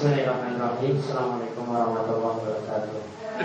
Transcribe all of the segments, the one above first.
Bismillahirrahmanirrahim. Assalamualaikum warahmatullahi wabarakatuh.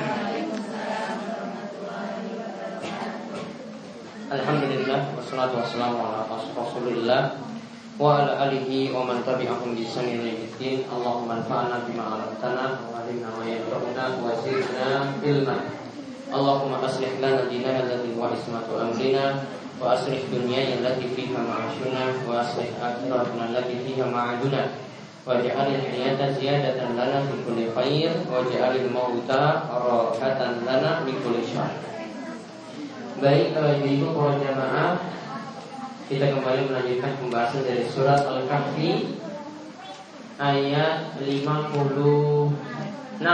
Alhamdulillah wassalatu wassalamu ala Rasulillah wa ala alihi wa man tabi'ahum bi ihsan ila yaumil. Allahumma anfa'na bima 'allamtana wa 'allimna ma yanfa'una wa zidna ilma. Allahumma aslih lana dinana alladhi huwa ismatu amrina wa aslih dunyana allati fiha ma'ashuna wa aslih akhiratana allati fiha ma'aduna. Waj'alil hayata ziyadatan lana fi kulli khair waj'alil mauta rahatan lana min kulli syarr. Baik, ibu para jamaah, kita kembali melanjutkan pembahasan dari surat Al-Kahfi ayat 56.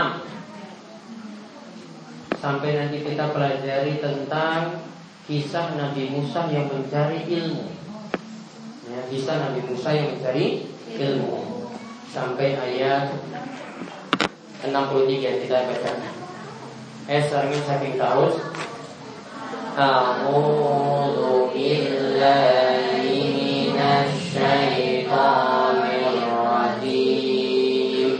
Sampai nanti kita pelajari tentang kisah Nabi Musa yang mencari ilmu. Ya, kisah Nabi Musa yang mencari ilmu. Sampai ayat 63 kita baca. Sekarang saking taus. A'udzu billahi minasy syaithanir rajim.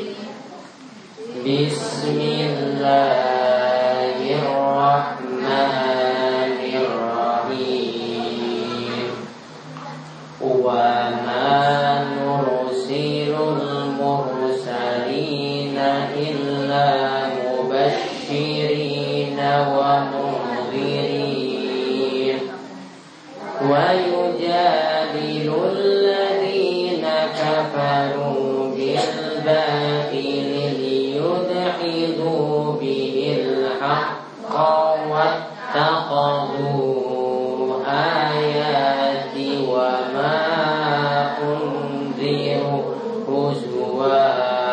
Bismillahirrahmanirrahim. Wa ma nursilul mursalina illa mubashshirina wa munzirin wa yujadilul ladzina kafaru bil batili liyudhidu bihil haqqa wattaqadu ayati wa ma unziru huzwa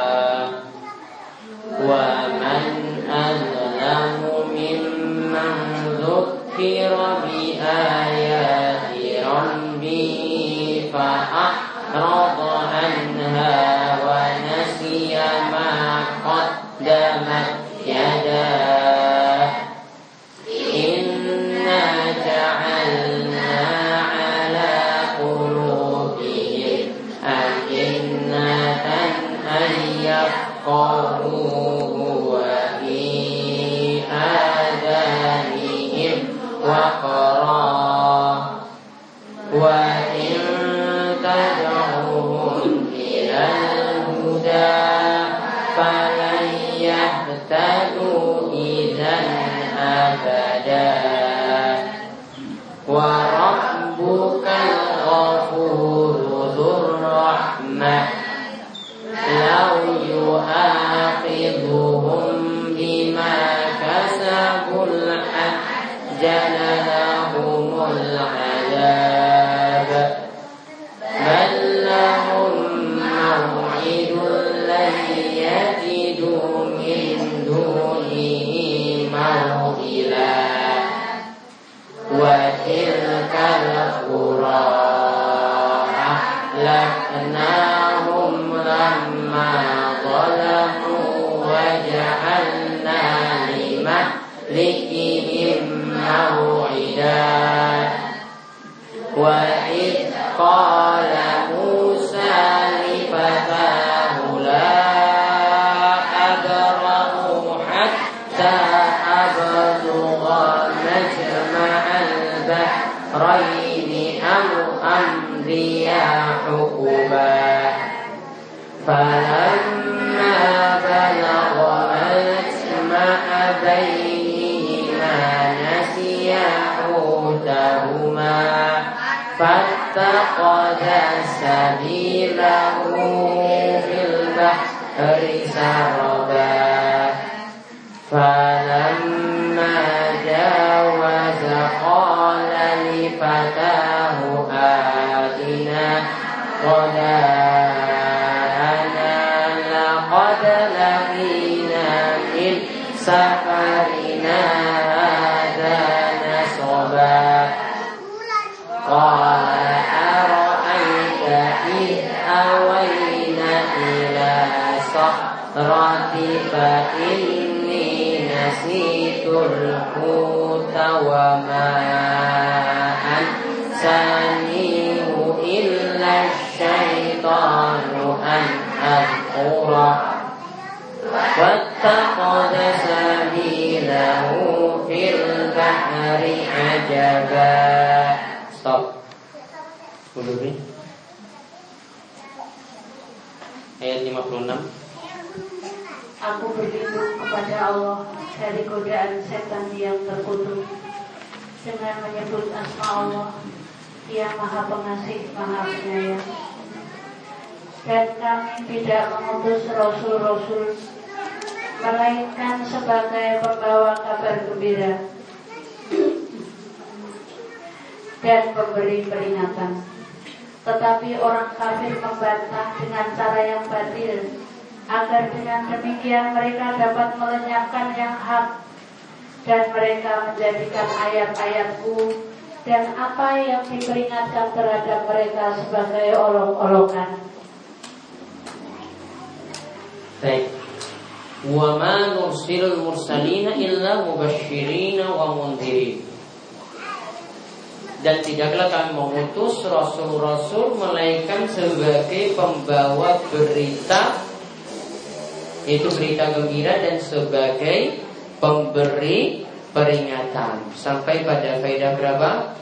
wa man azlamu mimman dzukira bi ayati rabbihi fa a'rada anha wa nasiya ma qaddamat yadah. Inna ja'alna ala qulubihim akinnatan an yafqahuhu wa fi adanihim waqra wa in tad'uhum ilal huda falan yahtadu idzan abada. Wa rabbukal ghafuru dzur rahmah law yu'akhidhuhum bima kasabul ajjala lahumul adab bal lahum maw'idun lan yajidu min dunihi maw'ila. Wa tilkal qura ahlaknahum lamma zalamu wa ja'alna limahlikihim maw'ida. Wa idh qala Musa li fatahu la abrahu hatta ablugha majma'al bahraini aw amdiya huquba. Falamma balagha majma'a bainihima nasiya hutahuma fattaqada sabilahu fil bahri saraba. Falamma jawaza qala li fatahu atina qadana laqad laqina min safarina hadha nasaba. Qala ara'aita id awayna ila sahrati fa inni nasitul huta wa ma ansanihu illa syaitanu an adhkura wattakhadha sabilahu fil bahri ajaba. Stop. Mundur nih. Ayat 56. Aku berlindung kepada Allah dari godaan setan yang terkutuk dengan menyebut asma Allah yang Maha Pengasih, Maha Penyayang. Dan kami tidak mengutus rasul-rasul melainkan sebagai pembawa kabar gembira dan pemberi peringatan. Tetapi orang kafir membantah dengan cara yang batil, agar dengan demikian mereka dapat melenyapkan yang hak, dan mereka menjadikan ayat-ayatku dan apa yang diperingatkan terhadap mereka sebagai olok-olokan. Baik. Wa ma nursilul mursalina illa mubashshirina wa mundhirin. Dan tidaklah kami mengutus rasul-rasul melainkan sebagai pembawa berita, itu berita gembira, dan sebagai pemberi peringatan. Sampai pada faedah berapa?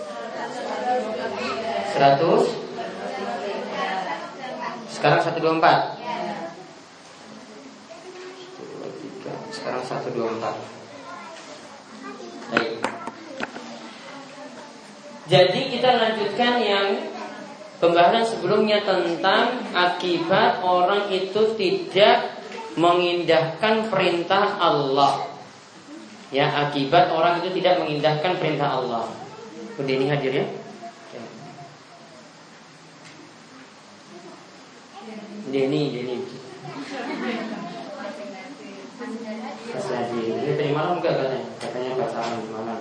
100. Sekarang 124. Sekarang 124. Baik. Jadi kita lanjutkan yang pembahasan sebelumnya tentang akibat orang itu tidak mengindahkan perintah Allah. Ya, akibat orang itu tidak mengindahkan perintah Allah. Udah ini hadir ya? Deni. Ini tadi malam enggak katanya pacaran malam.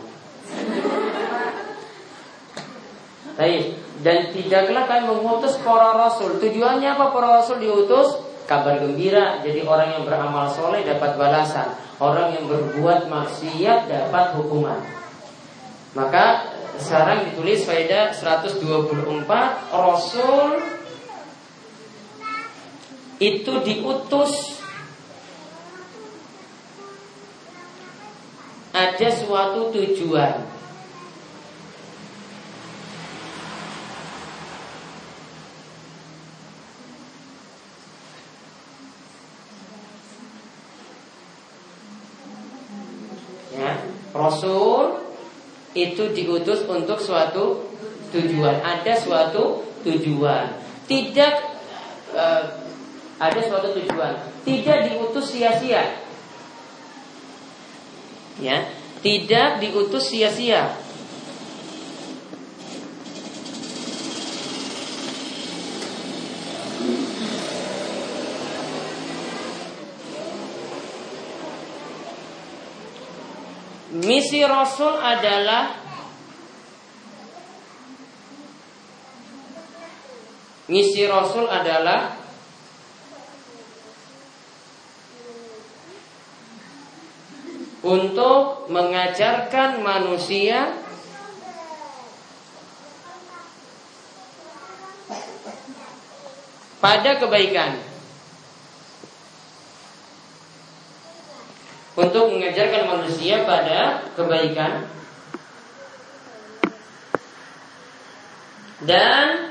Baik, dan tidaklah kami mengutus para rasul. Tujuannya apa para rasul diutus? Kabar gembira. Jadi orang yang beramal soleh dapat balasan, orang yang berbuat maksiat dapat hukuman. Maka sekarang ditulis faedah 124, rasul itu diutus ada suatu tujuan. Rasul itu diutus untuk suatu tujuan. Ada suatu tujuan. Tidak ada suatu tujuan. Tidak diutus sia-sia. Ya, tidak diutus sia-sia. Misi Rasul adalah untuk mengajarkan manusia pada kebaikan. Untuk mengajarkan manusia pada kebaikan dan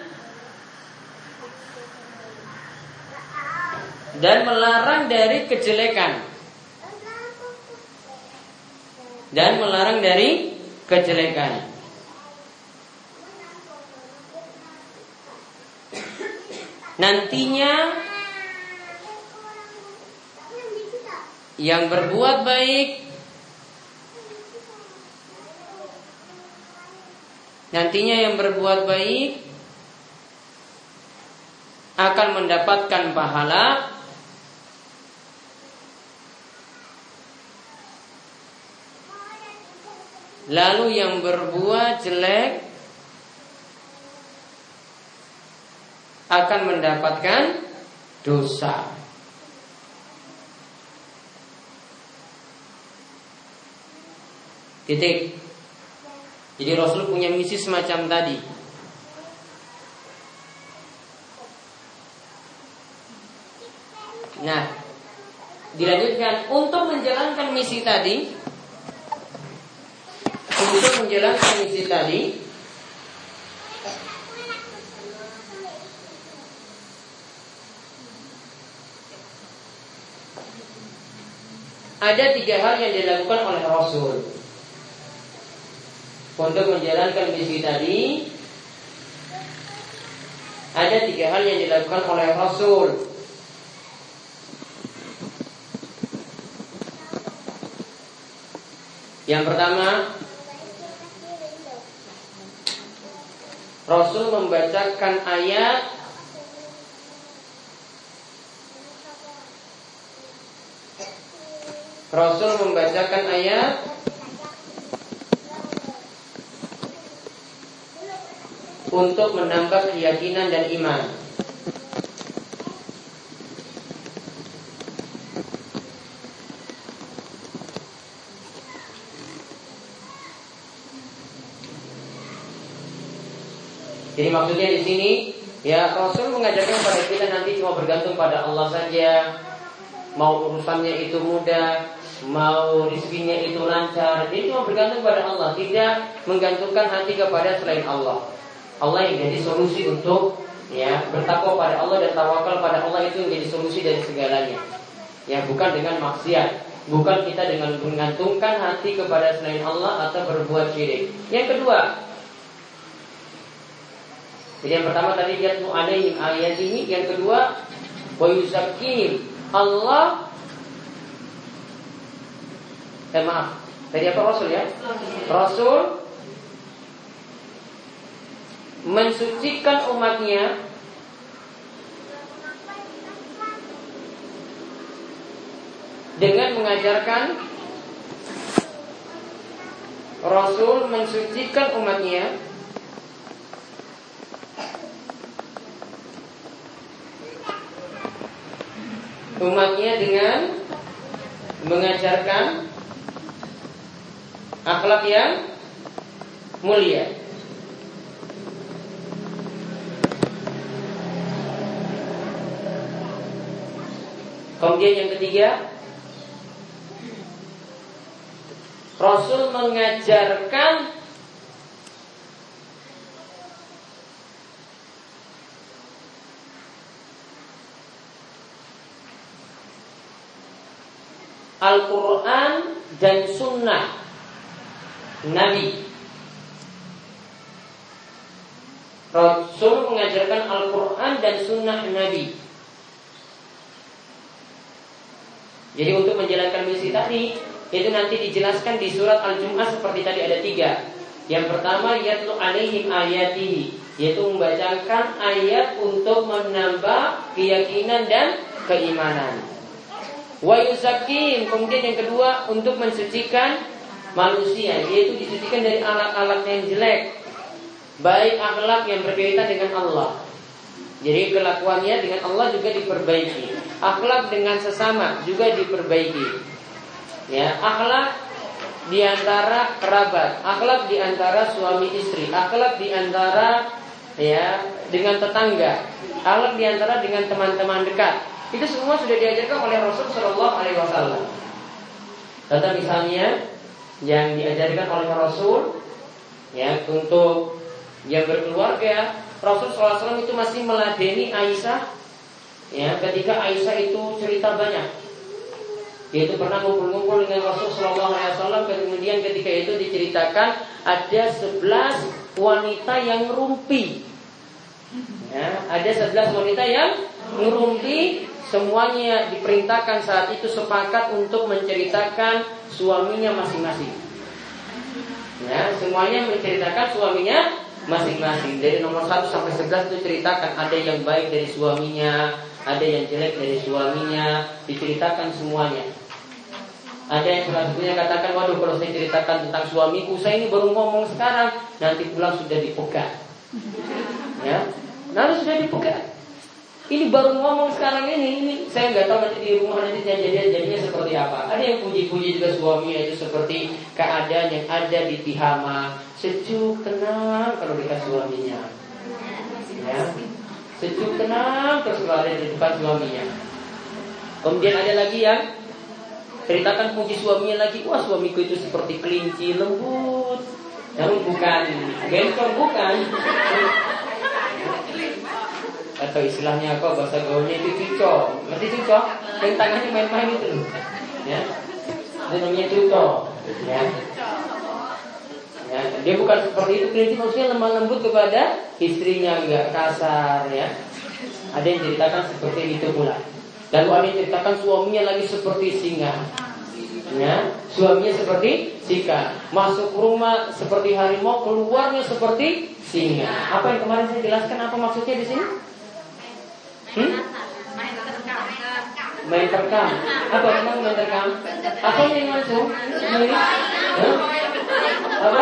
melarang dari kejelekan. Nantinya yang berbuat baik akan mendapatkan pahala, lalu yang berbuat jelek akan mendapatkan dosa. Titik. Jadi Rasul punya misi semacam tadi. Nah, Dilanjutkan untuk menjalankan misi tadi. Untuk menjalankan misi tadi, ada 3 hal yang dilakukan oleh Rasul. Untuk menjalankan misi tadi, ada 3 hal yang dilakukan oleh Rasul. Yang pertama, Rasul membacakan ayat untuk menambah keyakinan dan iman. Jadi maksudnya di sini, ya Rasul mengajarkan kepada kita nanti cuma bergantung pada Allah saja. Mau urusannya itu mudah, mau rezekinya itu lancar, jadi cuma bergantung pada Allah, tidak menggantungkan hati kepada selain Allah. Allah yang jadi solusi untuk bertakwa pada Allah dan tawakal pada Allah, itu yang jadi solusi dari segalanya. Ya, bukan dengan maksiat, bukan kita dengan menggantungkan hati kepada selain Allah atau berbuat syirik. Yang kedua, jadi yang pertama tadi yatlu alaihim ayatihi, yang kedua wa yuzakkihim. Allah tadi apa Rasul ya? Rasul mensucikan umatnya dengan mengajarkan. Rasul mensucikan umatnya dengan mengajarkan akhlak yang mulia. Kemudian yang ketiga, Rasul mengajarkan Al-Quran dan Sunnah Nabi. Rasul mengajarkan Al-Quran dan Sunnah Nabi. Jadi untuk menjalankan misi tadi, itu nanti dijelaskan di surat Al-Jum'ah seperti tadi ada 3. Yang pertama, yatlu alaihim ayatihi, yaitu membacakan ayat untuk menambah keyakinan dan keimanan. Wa yuzakkihim, kemudian yang kedua untuk mensucikan manusia, yaitu disucikan dari akhlak-akhlak yang jelek, baik akhlak yang berkaitan dengan Allah. Jadi kelakuannya dengan Allah juga diperbaiki, akhlak dengan sesama juga diperbaiki. Ya, akhlak di antara kerabat, akhlak di antara suami istri, akhlak di antara dengan tetangga, akhlak di antara dengan teman-teman dekat. Itu semua sudah diajarkan oleh Rasul Shallallahu Alaihi Wasallam. Contoh misalnya yang diajarkan oleh Rasul, untuk yang berkeluarga, Rasul Shallallahu Alaihi Wasallam itu masih meladeni Aisyah, ketika Aisyah itu cerita banyak. Dia itu pernah ngumpul-ngumpul dengan Rasul Shallallahu Alaihi Wasallam, kemudian ketika itu diceritakan ada 11 wanita yang ngerumpi. Ada 11 wanita yang ngerumpi. Semuanya diperintahkan saat itu sepakat untuk menceritakan suaminya masing-masing. Semuanya menceritakan suaminya masing-masing. Dari nomor 1 sampai 11 itu ceritakan. Ada yang baik dari suaminya, ada yang jelek dari suaminya, diceritakan semuanya. Ada yang salah satunya katakan, waduh kalau saya ceritakan tentang suamiku, saya ini baru ngomong sekarang, nanti pulang sudah dipegat. Nanti sudah dipegat. Ini baru ngomong sekarang ini saya nggak tahu nanti di rumah nanti jadinya seperti apa. Ada yang puji-puji juga suaminya itu seperti keadaan yang ada di Tihama, sejuk tenang kalau dekat suaminya. Sejuk tenang terus kalau ada di dekat suaminya. Kemudian ada lagi yang ceritakan puji suaminya lagi. Wah, suamiku itu seperti kelinci lembut. Namun bukan bencong, bukan. Atau istilahnya apa bahasa gaulnya itu cucok. Ngerti cucok? Yang tangannya main-main itu loh. Ya. Itu namanya cucok. Ya. Ya, dia bukan seperti itu, kelinci maksudnya lemah lembut kepada istrinya, enggak kasar ya. Ada yang ceritakan seperti itu pula. Lalu ada yang ceritakan suaminya lagi seperti singa. Ya, suaminya seperti singa. Masuk rumah seperti harimau, keluarnya seperti singa. Apa yang kemarin saya jelaskan, apa maksudnya di sini? Main terkam. Apa memang main terkam? Apa yang masuk? Apa?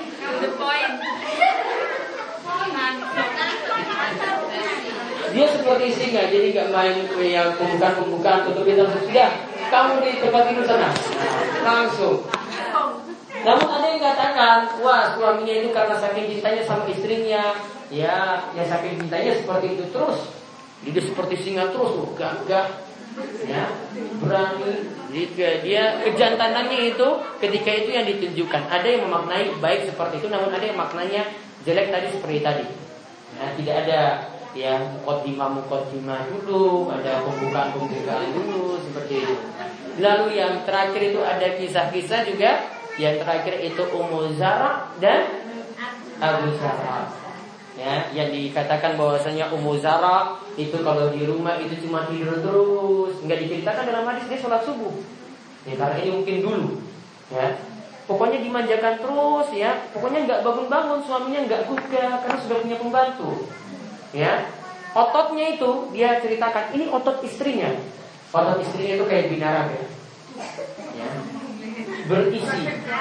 Dia seperti singa, jadi nggak main yang pembukaan, tutupin langsung sudah. Kamu di tempat tidur sana, langsung. Namun ada yang katakan, wah suaminya itu karena saking cintanya sama istrinya, ya saking cintanya seperti itu terus. Dia seperti singa terus, gagah, ya berani. Jika dia kejantanannya itu ketika itu yang ditunjukkan. Ada yang memaknai baik seperti itu, namun ada yang maknanya jelek tadi seperti tadi. Nah, tidak ada ya mukoddimah dulu, ada pembukaan dulu seperti itu. Lalu yang terakhir itu ada kisah-kisah juga. Yang terakhir itu Ummu Zara dan Abu Zara. Ya, yang dikatakan bahwasanya Ummu Zara itu kalau di rumah itu cuma tidur terus, enggak diceritakan dalam hadis dia sholat subuh. Ya, karena ini mungkin dulu. Ya. Pokoknya dimanjakan terus ya. Pokoknya enggak bangun-bangun, suaminya enggak gugah karena sudah punya pembantu. Ya. Ototnya itu dia ceritakan, ini otot istrinya. Otot istrinya itu kayak binarang ya. Ya. Berisi.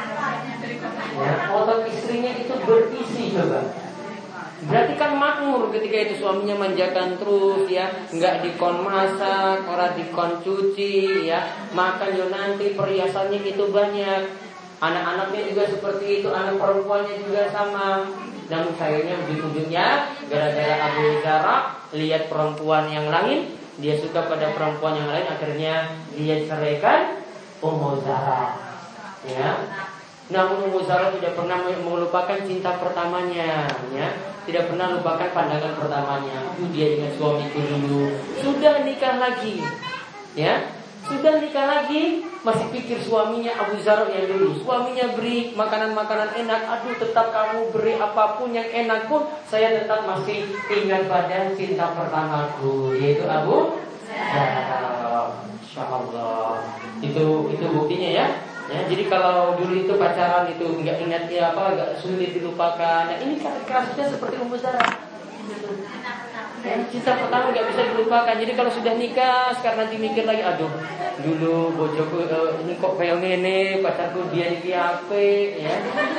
Ya, otot istrinya itu berisi coba. Berarti kan makmur ketika itu suaminya manjakan terus ya, enggak dikon masak, ora dikon cuci ya, makan yo nanti perhiasannya itu banyak. Anak-anaknya juga seperti itu, anak perempuannya juga sama. Namun sayangnya ujung-ujungnya gara-gara Abu Zara lihat perempuan yang lain, dia suka pada perempuan yang lain, akhirnya dia ceraikan Ummu Zara. Ya. Namun Ummu Zara tidak pernah melupakan cinta pertamanya, ya. Tidak pernah lupakan pandangan pertamanya. Itu dia dengan suamiku dulu. Sudah nikah lagi, ya. Sudah nikah lagi, masih pikir suaminya Abu Zara yang dulu. Suaminya beri makanan-makanan enak, aduh tetap kamu beri apapun yang enak pun, saya tetap masih ingat pada cinta pertamaku, yaitu Abu Zara. Insyaallah. Itu buktinya ya. Ya, jadi kalau dulu itu pacaran itu nggak ingat ya apa, agak sulit dilupakan. Nah, ini kasusnya seperti Ummu Zara. Ya, cinta pertama nggak bisa dilupakan. Jadi kalau sudah nikah, sekarang nanti mikir lagi, aduh, dulu bojoku ini kok kayak ngene, pacarku dia iki ape, ya.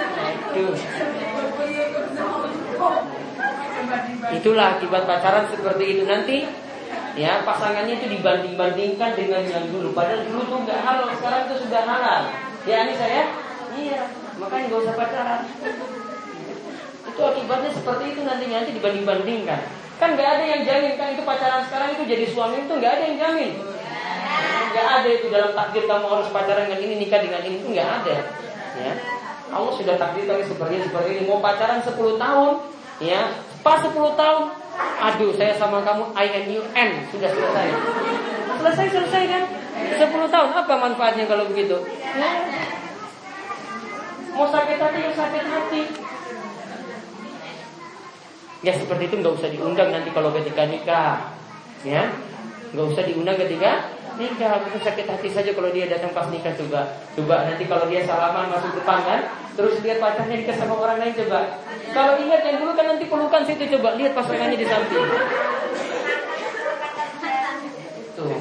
Itulah akibat pacaran seperti itu nanti. Ya, pasangannya itu dibanding-bandingkan dengan yang dulu. Padahal dulu tuh nggak halal, sekarang itu sudah halal. Ya, ini saya, iya, makanya nggak usah pacaran. Itu akibatnya seperti itu nanti dibanding-bandingkan. Kan nggak ada yang jamin kan itu pacaran sekarang itu jadi suami itu nggak ada yang jamin. Nggak ada itu dalam takdir kamu harus pacaran dengan ini, nikah dengan ini, itu nggak ada. Ya, Allah sudah takdirkan seperti ini. Mau pacaran 10 tahun, ya, pas 10 tahun. Aduh, saya sama kamu I and you end. Sudah selesai. Selesai kan? 10 tahun. Apa manfaatnya kalau begitu? Ya. Mau sakit hati ya sakit hati. Ya seperti itu nggak usah diundang nanti kalau ketika nikah. Ya, nggak usah diundang ketika nikah. Kita sakit hati saja kalau dia datang pas nikah. Coba nanti kalau dia salaman masuk depan kan, terus lihat pacarnya nikah sama orang lain, coba. Kalau ingat yang dulu kan nanti pelukan situ, coba lihat pasangannya di samping. Tuh.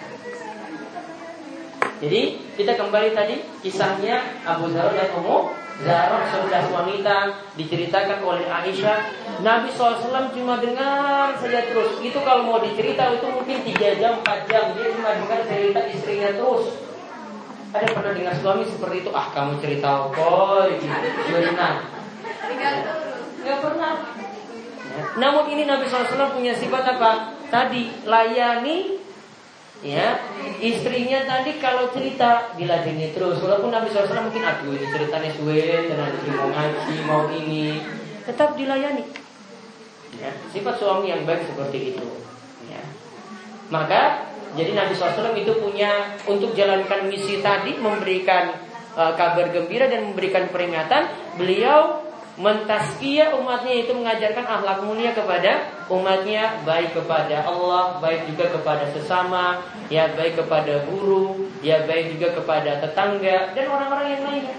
Jadi kita kembali tadi kisahnya Abu Zara dan Ummu Zara, 11 wanita diceritakan oleh Aisyah. Nabi SAW cuma dengar saja terus. Itu kalau mau dicerita itu mungkin 3 jam, 4 jam. Dia cuma dengar cerita istrinya terus. Ada pernah dengar suami seperti itu? Ah, kamu cerita apa? Benar. Nggak pernah. Ya. Namun ini Nabi SAW punya sifat apa? Tadi layani Ya, istrinya tadi kalau cerita diladeni terus, walaupun Nabi SAW mungkin aduh ini ceritanya suwe, dan nanti mau ngaji, mau ini, tetap dilayani. Ya, sifat suami yang baik seperti itu. Ya. Maka jadi Nabi SAW itu punya untuk jalankan misi tadi, memberikan kabar gembira dan memberikan peringatan. Beliau mentazkiyah umatnya, itu mengajarkan akhlak mulia kepada umatnya, baik kepada Allah, baik juga kepada sesama, ya baik kepada guru, ya baik juga kepada tetangga dan orang-orang yang lainnya.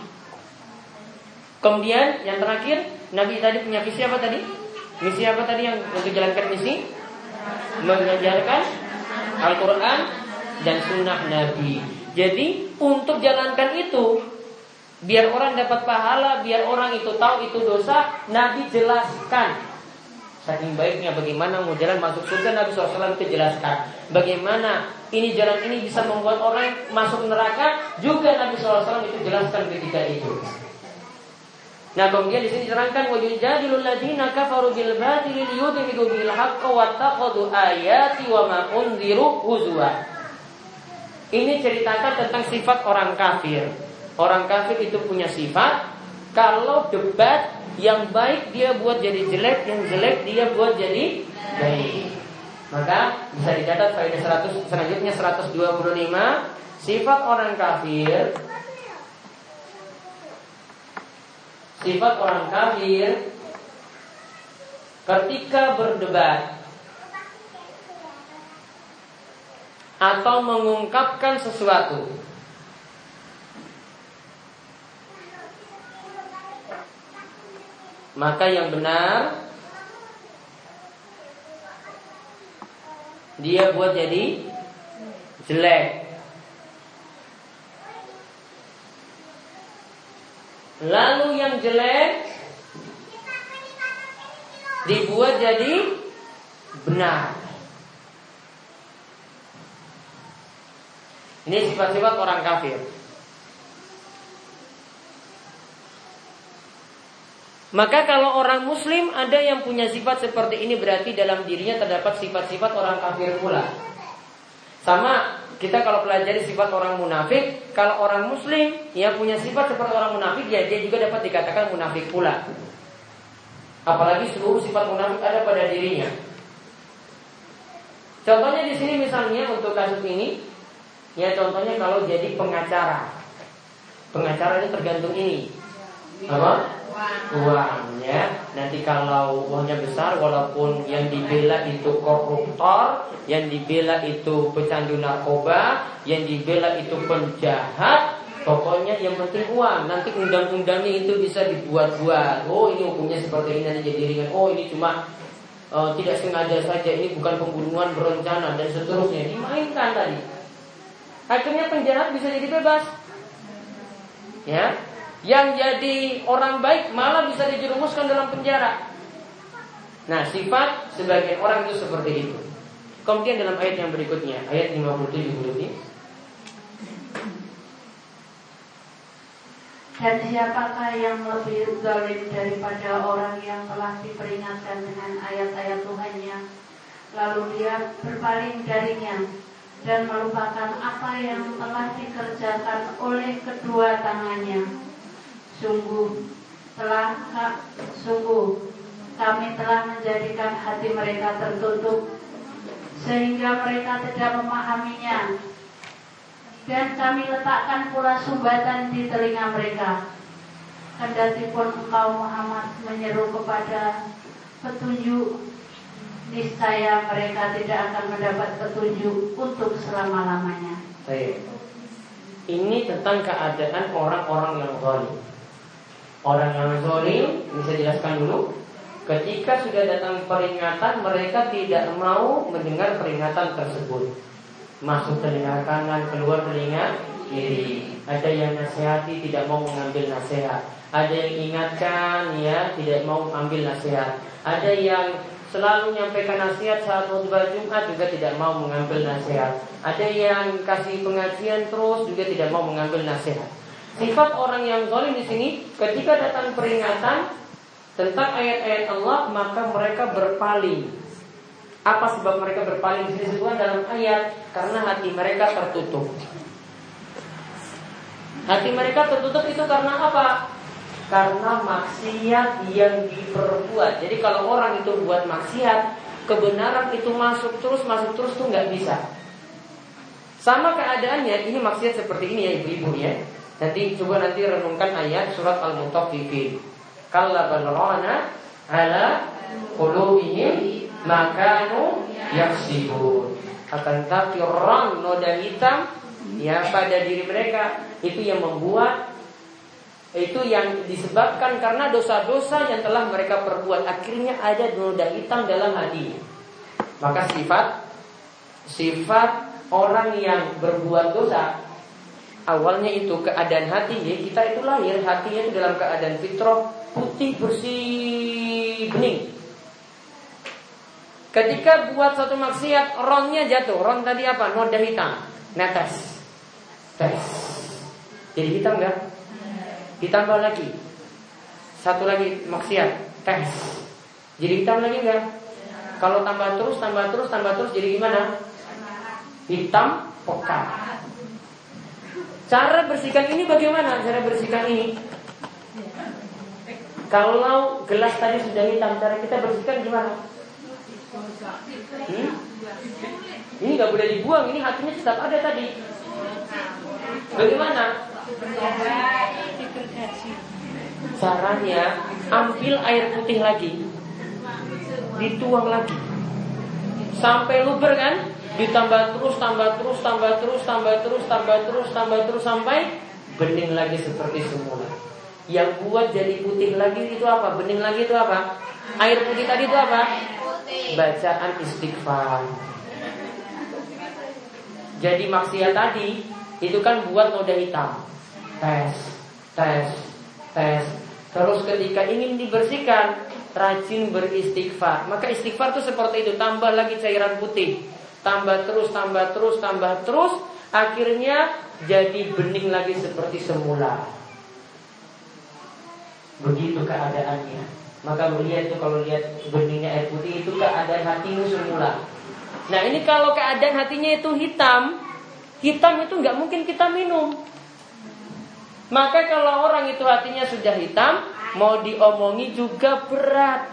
Kemudian yang terakhir, Nabi tadi punya visi apa tadi? Misi apa tadi yang untuk jalankan misi? Mengajarkan Al-Quran dan Sunnah Nabi. Jadi untuk jalankan itu, biar orang dapat pahala, biar orang itu tahu itu dosa, Nabi jelaskan. Saking baiknya bagaimana mau jalan masuk surga, Nabi SAW itu jelaskan. Bagaimana ini jalan ini bisa membuat orang masuk neraka, juga Nabi SAW itu jelaskan ketika itu. Nah kemudian di sini diterangkan wa yujadilul ladzina kafaru bil batili liyudhibu bil haqqi wattakhadhu ayati wa ma unziru huzwa. Ini ceritakan tentang sifat orang kafir. Orang kafir itu punya sifat, kalau debat yang baik dia buat jadi jelek, yang jelek dia buat jadi baik. Maka bisa dicatat faedah 100 selanjutnya 125, sifat orang kafir. Sifat orang kafir ketika berdebat atau mengungkapkan sesuatu, maka yang benar dia buat jadi jelek. Lalu yang jelek dibuat jadi benar. Ini sifat-sifat orang kafir. Maka kalau orang muslim ada yang punya sifat seperti ini, berarti dalam dirinya terdapat sifat-sifat orang kafir pula. Sama kita kalau pelajari sifat orang munafik, kalau orang muslim yang punya sifat seperti orang munafik, ya dia juga dapat dikatakan munafik pula. Apalagi seluruh sifat munafik ada pada dirinya. Contohnya di sini misalnya untuk kasus ini, ya contohnya kalau jadi pengacara. Pengacara ini tergantung ini. Apa? Uangnya. Nanti kalau uangnya besar, walaupun yang dibela itu koruptor, yang dibela itu pecandu narkoba, yang dibela itu penjahat, pokoknya yang penting uang. Nanti undang-undangnya itu bisa dibuat-buat. Oh ini hukumnya seperti ini, nanti jadi ringan. Oh ini cuma tidak sengaja saja, ini bukan pembunuhan berencana dan seterusnya. Dimainkan tadi. Akhirnya penjahat bisa jadi bebas. Ya. Yang jadi orang baik malah bisa dijerumuskan dalam penjara. Nah sifat sebagian orang itu seperti itu. Kemudian dalam ayat yang berikutnya, ayat 57 berikutnya, dan siapakah yang lebih zalim daripada orang yang telah diperingatkan dengan ayat-ayat Tuhannya, lalu dia berpaling darinya dan melupakan apa yang telah dikerjakan oleh kedua tangannya. Sungguh kami telah menjadikan hati mereka tertutup sehingga mereka tidak memahaminya, dan kami letakkan pula sumbatan di telinga mereka. Kendati pun engkau Muhammad menyeru kepada petunjuk, niscaya mereka tidak akan mendapat petunjuk untuk selama-lamanya. Baik. Ini tentang keadaan orang-orang yang zalim. Orang yang zalim, bisa jelaskan dulu. Ketika sudah datang peringatan, mereka tidak mau mendengar peringatan tersebut. Masuk telinga kanan, keluar telinga kiri. Ada yang nasihati, tidak mau mengambil nasihat. Ada yang ingatkan, ya, tidak mau mengambil nasihat. Ada yang selalu menyampaikan nasihat saat khutbah Jumat, juga tidak mau mengambil nasihat. Ada yang kasih pengajian terus, juga tidak mau mengambil nasihat. Sifat orang yang zalim di sini, ketika datang peringatan tentang ayat-ayat Allah, maka mereka berpaling. Apa sebab mereka berpaling? Disebutkan dalam ayat, karena hati mereka tertutup. Hati mereka tertutup itu karena apa? Karena maksiat yang diperbuat. Jadi kalau orang itu buat maksiat, kebenaran itu masuk terus tuh nggak bisa. Sama keadaannya, ini maksiat seperti ini ya ibu-ibu ya. Nanti renungkan ayat surat Al-Mutaffifin. Kalla bal rana ala qulubihim ma kanu yaksibun. Akan tapi orang noda hitam ya pada diri mereka, itu yang membuat, itu yang disebabkan karena dosa-dosa yang telah mereka perbuat. Akhirnya ada noda hitam dalam hati. Maka sifat orang yang berbuat dosa, awalnya itu keadaan hatinya, kita itu lahir hatinya itu dalam keadaan fitrah, putih, bersih, bening. Ketika buat satu maksiat, ronnya jatuh. Ron tadi apa? Noda hitam, netes, tes. Jadi hitam enggak? Ditambah lagi satu lagi maksiat, tes. Jadi hitam lagi enggak? Kalau tambah terus jadi gimana? Hitam pekat. Cara bersihkan ini bagaimana? Cara bersihkan ini, kalau gelas tadi sudah hitam, cara kita bersihkan gimana? Ini gak boleh dibuang, ini hatinya tetap ada tadi. Bagaimana? Caranya, ambil air putih lagi, dituang lagi sampai luber kan? Ditambah terus sampai bening lagi seperti semula. Yang buat jadi putih lagi itu apa? Bening lagi itu apa? Air putih tadi itu apa? Bacaan istighfar. Jadi maksiat tadi itu kan buat noda hitam. Tes. Terus ketika ingin dibersihkan, rajin beristighfar. Maka istighfar itu seperti itu, tambah lagi cairan putih. Tambah terus, akhirnya jadi bening lagi seperti semula. Begitu keadaannya. Maka melihat itu, kalau lihat beningnya air putih, itu keadaan hatimu semula. Nah ini kalau keadaan hatinya itu hitam itu nggak mungkin kita minum. Maka kalau orang itu hatinya sudah hitam, mau diomongi juga berat.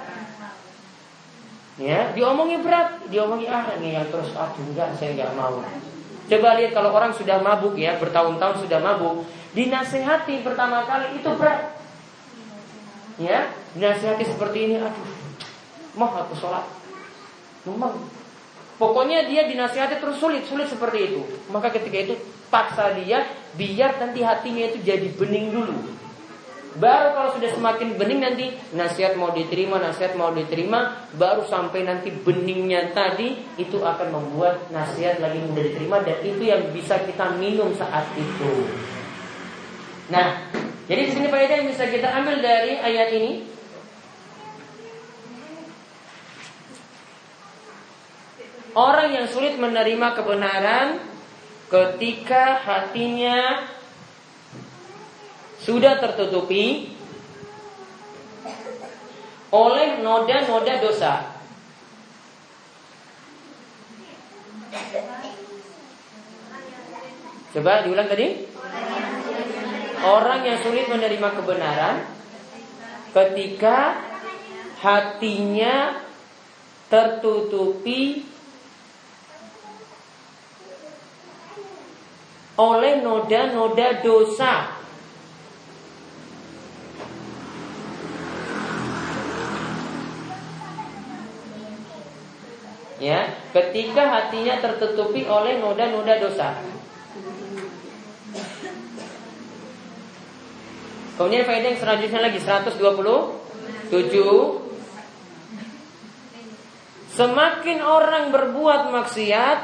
Ya, diomongi berat, diomongi ini yang terus enggak, saya enggak mau. Coba lihat kalau orang sudah mabuk ya, bertahun-tahun sudah mabuk, dinasehati pertama kali itu berat. Ya, dinasehati seperti ini, mau aku sholat. Memang. Pokoknya dia dinasehati terus sulit seperti itu. Maka ketika itu paksa dia biar nanti hatinya itu jadi bening dulu. Baru kalau sudah semakin bening nanti nasihat mau diterima, baru sampai nanti beningnya tadi itu akan membuat nasihat lagi mudah diterima, dan itu yang bisa kita minum saat itu. Nah, jadi di sini faedah yang bisa kita ambil dari ayat ini, orang yang sulit menerima kebenaran ketika hatinya sudah tertutupi oleh noda-noda dosa. Coba diulang tadi. Orang yang sulit menerima kebenaran ketika hatinya tertutupi oleh noda-noda dosa. Ya, ketika hatinya tertutupi oleh noda-noda dosa. Kemudian faedah yang selanjutnya lagi 127. Semakin orang berbuat maksiat,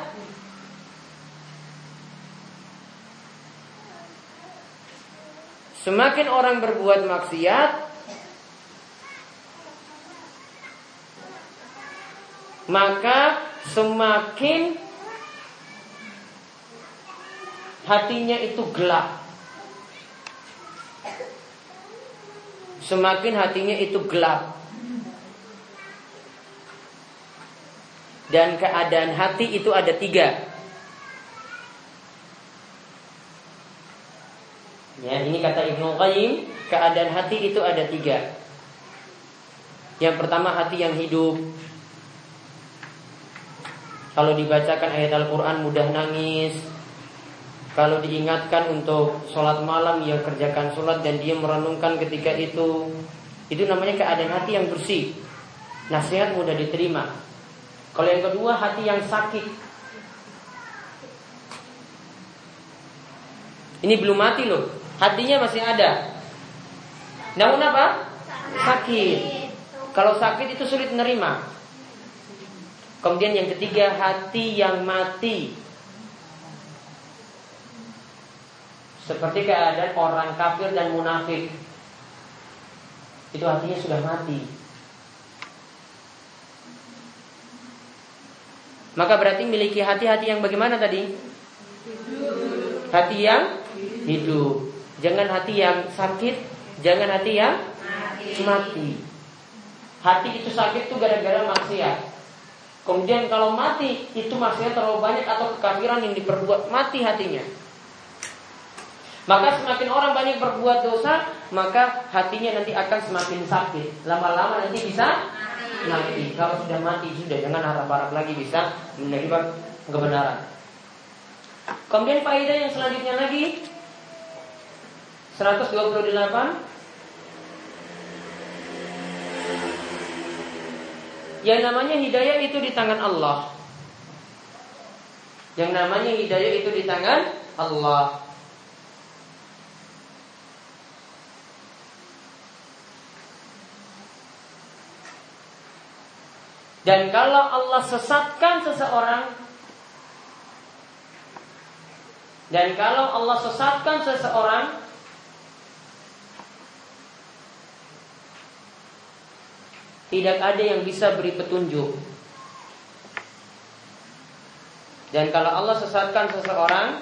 maka semakin hatinya itu gelap. dan keadaan hati itu ada 3. Ya, ini kata Ibnu Qayyim, keadaan hati itu ada 3. Yang pertama hati yang hidup. Kalau dibacakan ayat Al-Quran mudah nangis. Kalau diingatkan untuk sholat malam, ia kerjakan sholat dan dia merenungkan ketika itu. Itu namanya keadaan hati yang bersih. Nasihat mudah diterima. Kalau yang kedua hati yang sakit. Ini belum mati loh, hatinya masih ada. Namun apa? Sakit. Kalau sakit itu sulit menerima. Kemudian yang ketiga hati yang mati. Seperti keadaan orang kafir dan munafik. Itu hatinya sudah mati. Maka berarti miliki hati-hati yang bagaimana tadi? Hati yang hidup. Jangan hati yang sakit, jangan hati yang mati. Hati itu sakit itu gara-gara maksiat. Kemudian kalau mati itu maksiat terlalu banyak atau kekafiran yang diperbuat, mati hatinya. Maka semakin orang banyak berbuat dosa, maka hatinya nanti akan semakin sakit. Lama-lama nanti bisa mati. Kalau sudah mati sudah, jangan harap-harap lagi bisa menerima kebenaran. Kemudian faedah yang selanjutnya lagi 128. Yang namanya hidayah itu di tangan Allah. Yang namanya hidayah itu di tangan Allah. Dan kalau Allah sesatkan seseorang, tidak ada yang bisa beri petunjuk. Dan kalau Allah sesatkan seseorang,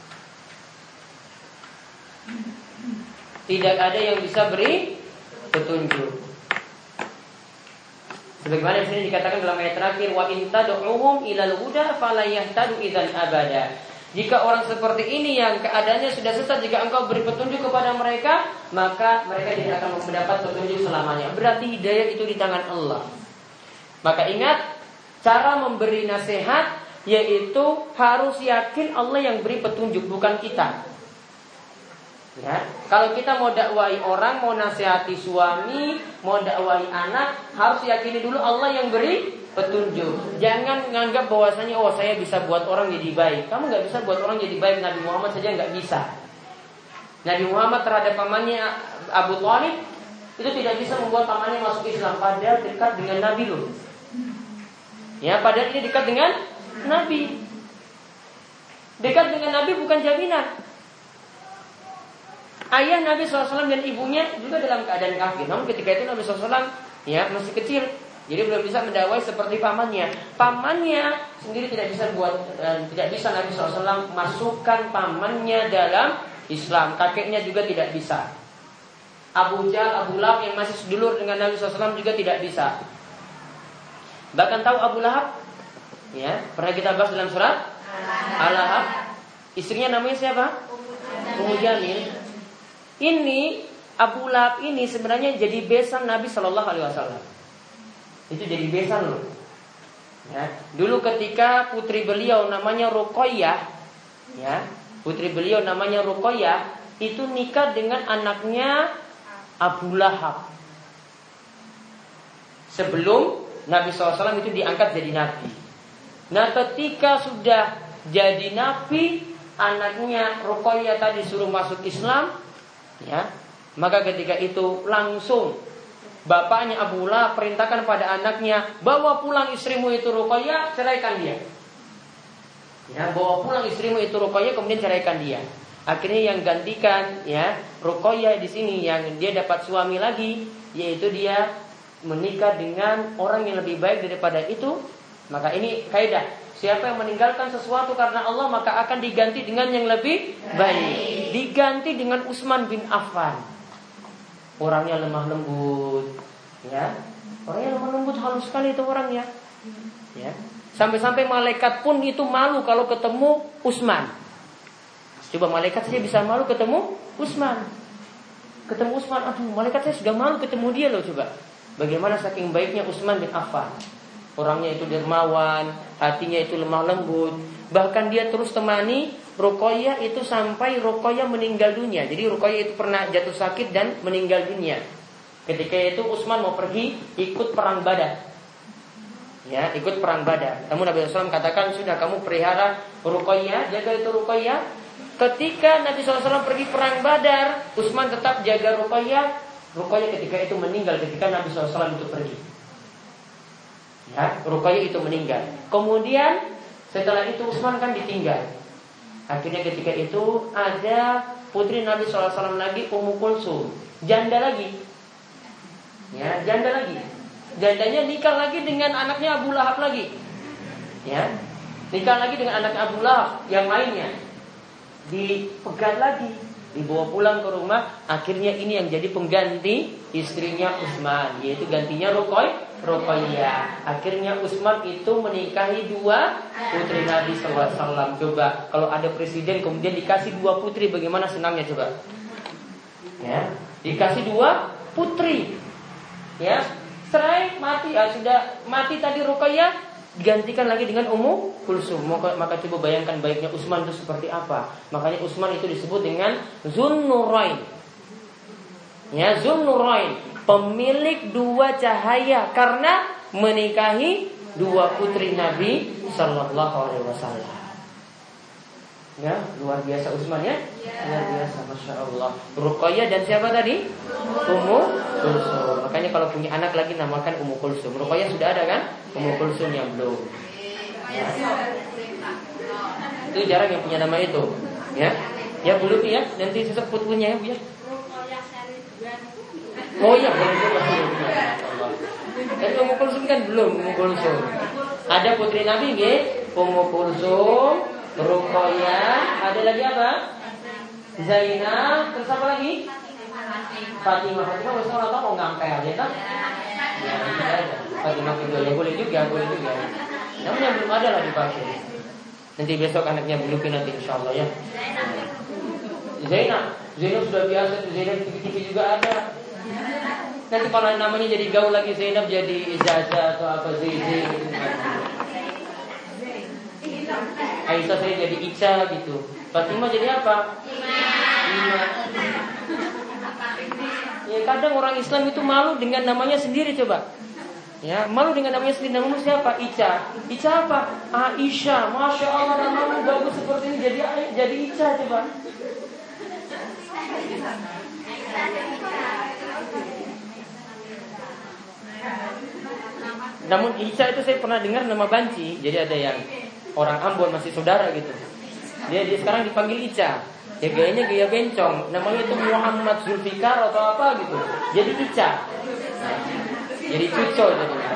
tidak ada yang bisa beri petunjuk. Sebagaimana di sini dikatakan dalam ayat terakhir, wa in tad'uhum ilal huda fala yahtadu idzan abada. Jika orang seperti ini yang keadaannya sudah sesat, jika engkau beri petunjuk kepada mereka, maka mereka tidak akan mendapat petunjuk selamanya. Berarti hidayah itu di tangan Allah. Maka ingat, cara memberi nasihat yaitu harus yakin Allah yang beri petunjuk, bukan kita. Ya, kalau kita mau dakwahi orang, mau nasihati suami, mau dakwahi anak, harus yakini dulu Allah yang beri petunjuk. Jangan menganggap bahwasanya saya bisa buat orang jadi baik. Kamu nggak bisa buat orang jadi baik. Nabi Muhammad saja nggak bisa. Nabi Muhammad terhadap pamannya Abu Thalib itu tidak bisa membuat pamannya masuk Islam, padahal dekat dengan Nabi loh. Ya, padahal ini dekat dengan Nabi. Dekat dengan Nabi bukan jaminan. Ayah Nabi SAW dan ibunya juga dalam keadaan kafir. Namun ketika itu Nabi SAW ya masih kecil, jadi belum bisa mendakwai seperti pamannya. Pamannya sendiri tidak bisa tidak bisa Nabi SAW masukkan pamannya dalam Islam. Kakeknya juga tidak bisa. Abu Jahal, Abu Lahab yang masih sedulur dengan Nabi SAW juga tidak bisa. Bahkan tahu Abu Lahab? Ya, pernah kita bahas dalam surat Al-Lahab. Istrinya namanya siapa? Ummu Jamil. Ini Abu Lahab ini sebenarnya jadi besan Nabi Shallallahu Alaihi Wasallam. Itu jadi besan loh. Ya, dulu ketika putri beliau namanya Ruqayyah, ya, putri beliau namanya Ruqayyah itu nikah dengan anaknya Abu Lahab. Sebelum Nabi SAW itu diangkat jadi nabi. Nah, ketika sudah jadi nabi, anaknya Ruqayyah tadi suruh masuk Islam. Ya, maka ketika itu langsung bapaknya Abu Lahab perintahkan pada anaknya, bawa pulang istrimu itu Ruqayyah, ceraikan dia. Ya, bawa pulang istrimu itu Ruqayyah, kemudian ceraikan dia. Akhirnya yang gantikan ya Ruqayyah di sini yang dia dapat suami lagi, yaitu dia menikah dengan orang yang lebih baik daripada itu. Maka ini kaidah. Siapa yang meninggalkan sesuatu karena Allah, maka akan diganti dengan yang lebih baik. Diganti dengan Utsman bin Affan. Orangnya lemah lembut, ya. Orangnya lemah lembut, halus sekali itu orangnya. Ya. Sampai-sampai malaikat pun itu malu kalau ketemu Utsman. Coba malaikat saja bisa malu ketemu Utsman. Ketemu Utsman, aduh malaikat saya sudah malu ketemu dia loh coba. Bagaimana saking baiknya Utsman bin Affan. Orangnya itu dermawan, hatinya itu lemah lembut. Bahkan dia terus temani Ruqayyah itu sampai Ruqayyah meninggal dunia. Jadi Ruqayyah itu pernah jatuh sakit dan meninggal dunia. Ketika itu Utsman mau pergi ikut perang Badar. Ya, ikut perang Badar. Namun Nabi SAW katakan, sudah kamu pelihara Ruqayyah, jaga itu Ruqayyah. Ketika Nabi SAW pergi perang Badar, Utsman tetap jaga Ruqayyah. Ruqayyah ketika itu meninggal ketika Nabi SAW itu pergi. Ya, Ruqayyah itu meninggal. Kemudian setelah itu Utsman kan ditinggal. Akhirnya ketika itu ada putri Nabi SAW lagi, Ummu Kulsum, janda lagi. Ya, janda lagi. Jandanya nikah lagi dengan anaknya Abu Lahab lagi. Ya, nikah lagi dengan anak Abu Lahab yang lainnya. Dipegat lagi, dibawa pulang ke rumah. Akhirnya ini yang jadi pengganti istrinya Utsman, yaitu gantinya Ruqayyah. Akhirnya Utsman itu menikahi 2 putri Nabi SAW. Coba kalau ada presiden kemudian dikasih 2 putri, bagaimana senangnya coba? Ya, dikasih 2 putri. Ya, serai mati, sudah mati tadi Ruqayyah, digantikan lagi dengan Ummu Kulsum. Maka coba bayangkan baiknya Utsman itu seperti apa. Makanya Utsman itu disebut dengan Zunnurain. Ya, Zunnurain, pemilik 2 cahaya, karena menikahi 2 putri Nabi Sallallahu Alaihi Wasallam. Ya, luar biasa Utsman ya. Luar biasa, Masya Allah. Ruqayyah dan siapa tadi? Ummu Kulsum. Makanya kalau punya anak lagi namakan Ummu Kulsum. Ruqayyah sudah ada kan? Ummu Kulsum yang belum. Ya. Itu jarang yang punya nama itu. Ya, ya Bu Lupi ya. Nanti sesek putunya ya Bu ya. Oh iya, boleh juga. Tapi Ummu Kulsum kan belum. Ummu Kulsum. Ada putri Nabi nggih, Ummu Kulsum, Ruqayyah, ada lagi apa? Zainab, terus apa lagi? Fatimah. Fatimah orang tahu mau ngampel ya kan? Ya, Fatimah kedua ya boleh juga. Namun yang belum ada lah dipakai. Nanti besok anaknya belum nanti insyaallah ya. Zainab sudah biasa, Zainab TV juga ada. Nanti kalau namanya jadi gaul lagi Zainab jadi Izaza atau apa Zizi gitu. Aisyah saya jadi Ica gitu. Fatimah jadi apa? Ima. Ya kadang orang Islam itu malu dengan namanya sendiri coba. Ya, malu dengan namanya sendiri. Namamu siapa? Ica. Ica apa? Aisyah. Masya Allah namamu bagus seperti ini jadi Ica coba. Namun Ica itu saya pernah dengar nama Banci. Jadi ada yang orang Ambon masih saudara gitu. Dia sekarang dipanggil Ica. Ya gayanya gaya bencong. Namanya itu Muhammad Zulfikar atau apa gitu. Jadi Ica. Jadi cuco jadinya.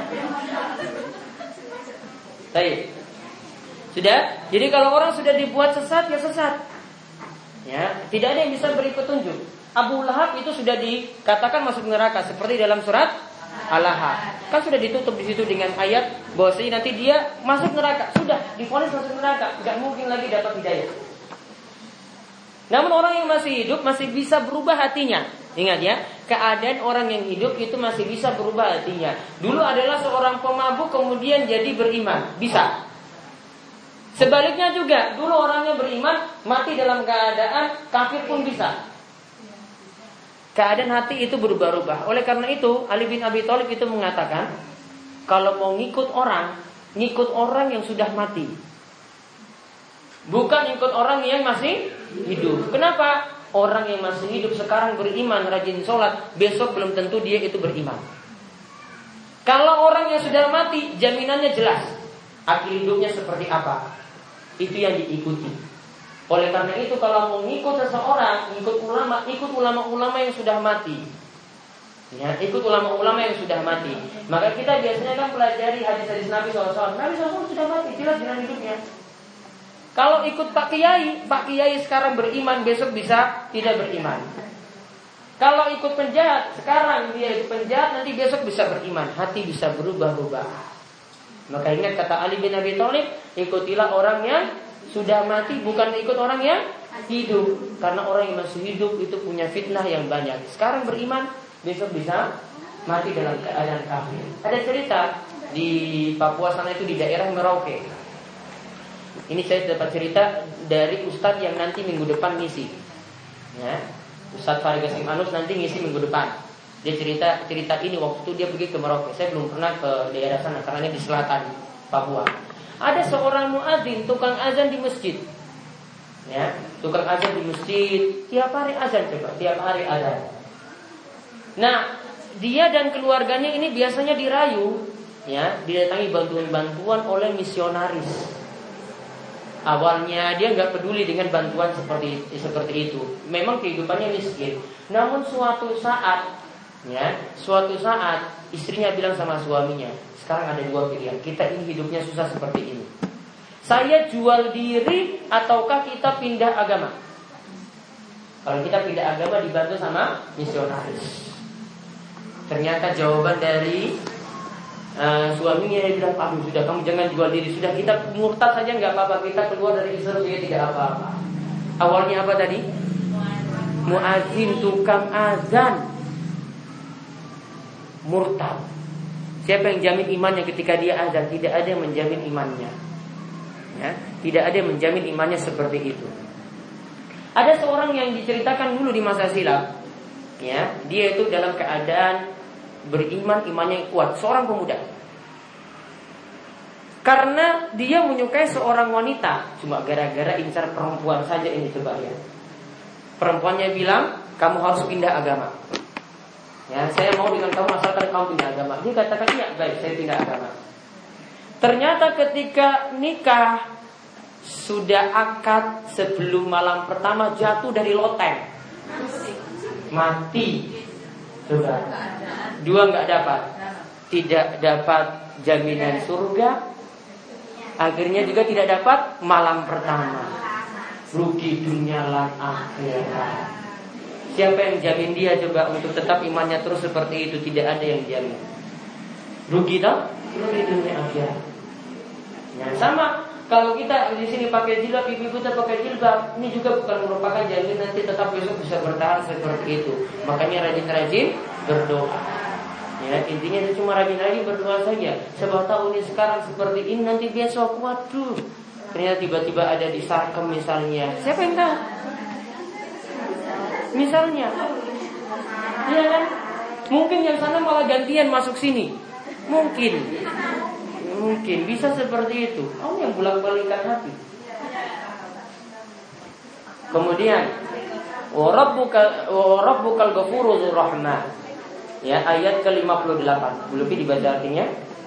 Baik. Sudah? Jadi kalau orang sudah dibuat sesat ya sesat. Ya, tidak ada yang bisa beri petunjuk. Abu Lahab itu sudah dikatakan masuk neraka seperti dalam surat Al-Lahab. Kan sudah ditutup di situ dengan ayat bahwasanya nanti dia masuk neraka. Sudah divonis masuk neraka, enggak mungkin lagi dapat hidayah. Namun orang yang masih hidup masih bisa berubah hatinya. Ingat ya, keadaan orang yang hidup itu masih bisa berubah hatinya. Dulu adalah seorang pemabuk kemudian jadi beriman, bisa. Sebaliknya juga, dulu orangnya beriman mati dalam keadaan kafir pun bisa. Keadaan hati itu berubah-ubah. Oleh karena itu Ali bin Abi Thalib itu mengatakan, kalau mau ngikut orang yang sudah mati, bukan ikut orang yang masih hidup. Kenapa? Orang yang masih hidup sekarang beriman, rajin sholat, besok belum tentu dia itu beriman. Kalau orang yang sudah mati, jaminannya jelas akhir hidupnya seperti apa. Itu yang diikuti. Oleh karena itu kalau mau ngikut seseorang, ikut ulama-ulama yang sudah mati. Ya, ikut ulama-ulama yang sudah mati. Maka kita biasanya kan pelajari hadis-hadis Nabi SAW. Nabi SAW sudah mati, jelas jalan hidupnya. Kalau ikut Pak Kiai sekarang beriman, besok bisa tidak beriman. Kalau ikut penjahat, sekarang dia ikut penjahat, nanti besok bisa beriman. Hati bisa berubah-ubah. Maka ingat kata Ali bin Abi Thalib, ikutilah orang yang sudah mati, bukan ikut orang yang hidup. Karena orang yang masih hidup itu punya fitnah yang banyak. Sekarang beriman, besok bisa mati dalam keadaan kafir. Ada cerita di Papua sana itu, di daerah Merauke. Ini saya dapat cerita dari Ustadz yang nanti minggu depan ngisi, ya. Ustadz Farid Qasim Anus nanti ngisi minggu depan. Dia cerita ini waktu itu dia pergi ke Merauke. Saya belum pernah ke daerah sana karena ini di selatan Papua. Ada seorang muadzin, tukang azan di masjid, ya, tukang azan di masjid. Tiap hari azan, coba, tiap hari azan. Nah, dia dan keluarganya ini biasanya dirayu, ya, didatangi bantuan-bantuan oleh misionaris. Awalnya dia nggak peduli dengan bantuan seperti itu. Memang kehidupannya miskin. Namun suatu saat istrinya bilang sama suaminya, sekarang ada dua pilihan. Kita ini hidupnya susah seperti ini. Saya jual diri ataukah kita pindah agama? Kalau kita pindah agama dibantu sama misionaris. Ternyata jawaban dari suaminya, dia bilang, aduh sudah, kamu jangan jual diri, sudah, kita murtad saja nggak apa-apa, kita keluar dari Islam saja tidak apa-apa. Awalnya apa tadi? Muadzin, tukang azan, murtad. Siapa yang jamin imannya ketika dia azan? Tidak ada yang menjamin imannya, ya, tidak ada yang menjamin imannya seperti itu. Ada seorang yang diceritakan dulu di masa silam, ya, dia itu dalam keadaan beriman, imannya yang kuat, seorang pemuda. Karena dia menyukai seorang wanita, cuma gara-gara incar perempuan saja ini, coba ya. Perempuannya bilang, kamu harus pindah agama, ya, saya mau dengan kamu asalkan kamu pindah agama. Dia katakan, iya baik, saya pindah agama. Ternyata ketika nikah, sudah akad sebelum malam pertama jatuh dari loteng, mati. Coba, dua nggak dapat, tidak dapat jaminan surga, akhirnya juga tidak dapat malam pertama, rugi dunia dan akhirat. Siapa yang jamin dia coba untuk tetap imannya terus seperti itu? Tidak ada yang jamin. Rugi toh, rugi dunia akhirat. Ya, sama. Kalau kita di sini pakai jilbab, ibu-ibu kita pakai jilbab, ini juga bukan merupakan jamin nanti tetap besok bisa bertahan seperti itu. Makanya rajin-rajin berdoa. Ya, intinya itu cuma rajin-rajin berdoa saja. Sebab tahu ini sekarang seperti ini, nanti besok, waduh, ternyata tiba-tiba ada di Sarkem misalnya. Siapa yang tahu? Misalnya, ya kan? Mungkin yang sana malah gantian masuk sini. Mungkin bisa seperti itu. Allah yang bolak-balikkan hati. Kemudian wa rabbukal ghafurur rahman. Ya, ayat ke-58. Boleh dibaca artinya?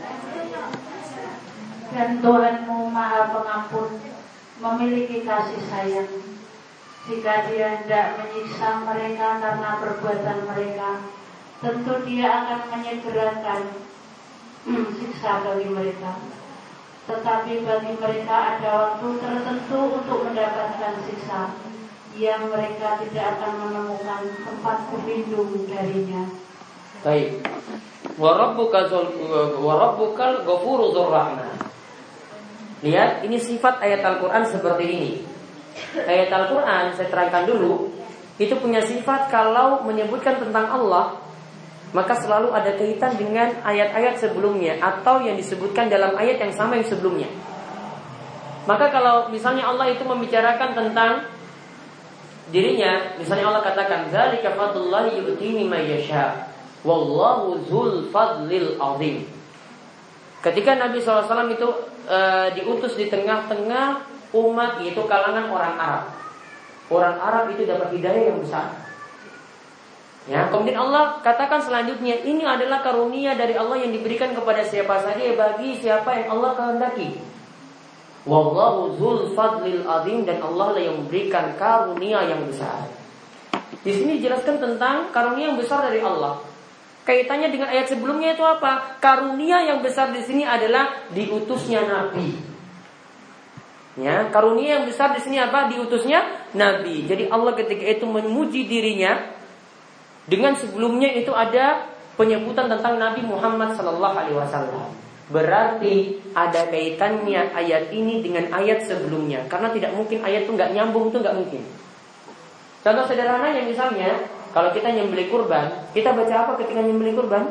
Dan Tuhanmu Maha Pengampun, memiliki kasih sayang. Jika Dia hendak menyiksa mereka karena perbuatan mereka, tentu Dia akan menyegerakan siksa bagi mereka. Tetapi bagi mereka ada waktu tertentu untuk mendapatkan siksa, yang mereka tidak akan menemukan tempat berlindung darinya. Baik. Wa rabbukal ghafurur rahman. Lihat, ini sifat ayat Al-Quran seperti ini. Ayat Al-Quran, saya terangkan dulu, itu punya sifat kalau menyebutkan tentang Allah, maka selalu ada kaitan dengan ayat-ayat sebelumnya atau yang disebutkan dalam ayat yang sama yang sebelumnya. Maka kalau misalnya Allah itu membicarakan tentang dirinya, misalnya Allah katakan, "Dzalika fadlullahi yu'tihi may yasha, wallahu dzul fadlil 'adzim." Ketika Nabi SAW itu diutus di tengah-tengah umat, yaitu kalangan orang Arab. Orang Arab itu dapat hidayah yang besar. Ya, kemudian Allah katakan selanjutnya, ini adalah karunia dari Allah yang diberikan kepada siapa saja, bagi siapa yang Allah kehendaki. Wallahu dzul fadlil 'adzim, dan Allah lah yang memberikan karunia yang besar. Di sini dijelaskan tentang karunia yang besar dari Allah. Kaitannya dengan ayat sebelumnya itu apa? Karunia yang besar di sini adalah diutusnya Nabi. Ya, karunia yang besar di sini apa? Diutusnya Nabi. Jadi Allah ketika itu memuji dirinya dengan sebelumnya itu ada penyebutan tentang Nabi Muhammad sallallahu alaihi wasallam. Berarti ada kaitannya ayat ini dengan ayat sebelumnya. Karena tidak mungkin ayat itu nggak nyambung, itu nggak mungkin. Contoh sederhananya misalnya, kalau kita nyembelih kurban, kita baca apa ketika nyembelih kurban?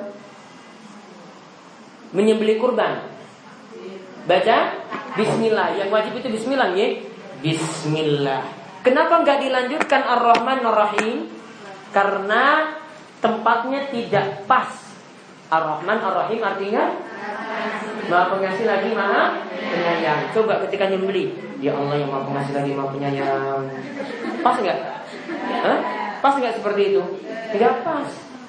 Menyembelih kurban, baca Bismillah. Yang wajib itu Bismillah, ya? Bismillah. Kenapa nggak dilanjutkan Ar-Rahman Ar-Rahim? Karena tempatnya tidak pas. Ar-Rahman Ar-Rahim artinya Maha Pengasih lagi Maha Penyayang. Coba ketika nyembelih, ya Allah yang Maha Pengasih lagi Maha Penyayang. Pas nggak? Pas nggak seperti itu? Tidak pas.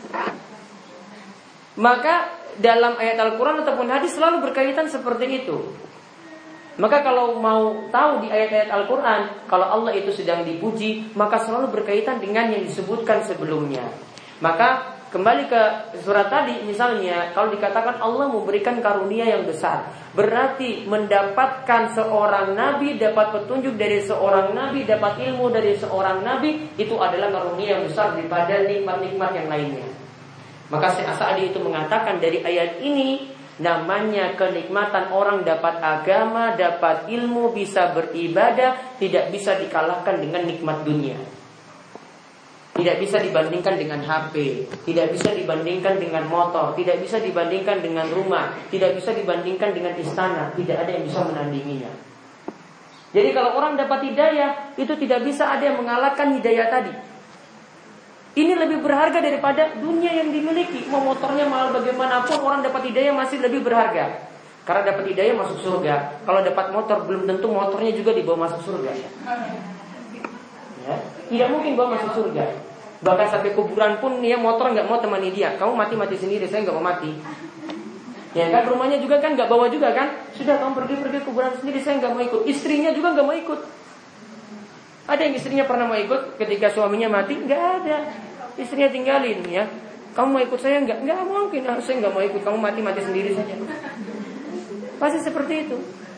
Maka dalam ayat Al-Quran ataupun hadis selalu berkaitan seperti itu. Maka kalau mau tahu di ayat-ayat Al-Quran, kalau Allah itu sedang dipuji, maka selalu berkaitan dengan yang disebutkan sebelumnya. Maka kembali ke surat tadi, misalnya kalau dikatakan Allah memberikan karunia yang besar, berarti mendapatkan seorang nabi, dapat petunjuk dari seorang nabi, dapat ilmu dari seorang nabi, itu adalah karunia yang besar daripada nikmat-nikmat yang lainnya. Maka Syekh As-Sa'di itu mengatakan dari ayat ini, namanya kenikmatan orang dapat agama, dapat ilmu, bisa beribadah, tidak bisa dikalahkan dengan nikmat dunia. Tidak bisa dibandingkan dengan HP, tidak bisa dibandingkan dengan motor, tidak bisa dibandingkan dengan rumah, tidak bisa dibandingkan dengan istana, tidak ada yang bisa menandinginya. Jadi kalau orang dapat hidayah, itu tidak bisa ada yang mengalahkan hidayah tadi. Ini lebih berharga daripada dunia yang dimiliki. Mau motornya mahal bagaimanapun, orang dapat hidayah masih lebih berharga. Karena dapat hidayah masuk surga. Kalau dapat motor, belum tentu motornya juga dibawa masuk surga. Ya, tidak mungkin bawa masuk surga. Bahkan sampai kuburan pun ya motor nggak mau temani dia. Kamu mati sendiri, saya nggak mau mati. Ya kan, rumahnya juga kan nggak bawa juga kan. Sudah kamu pergi kuburan sendiri, saya nggak mau ikut. Istrinya juga nggak mau ikut. Ada yang istrinya pernah mau ikut ketika suaminya mati? Nggak ada. Istrinya tinggalin ya. Kamu mau ikut saya? Nggak mungkin. Saya nggak mau ikut. Kamu mati sendiri saja. Pasti seperti itu.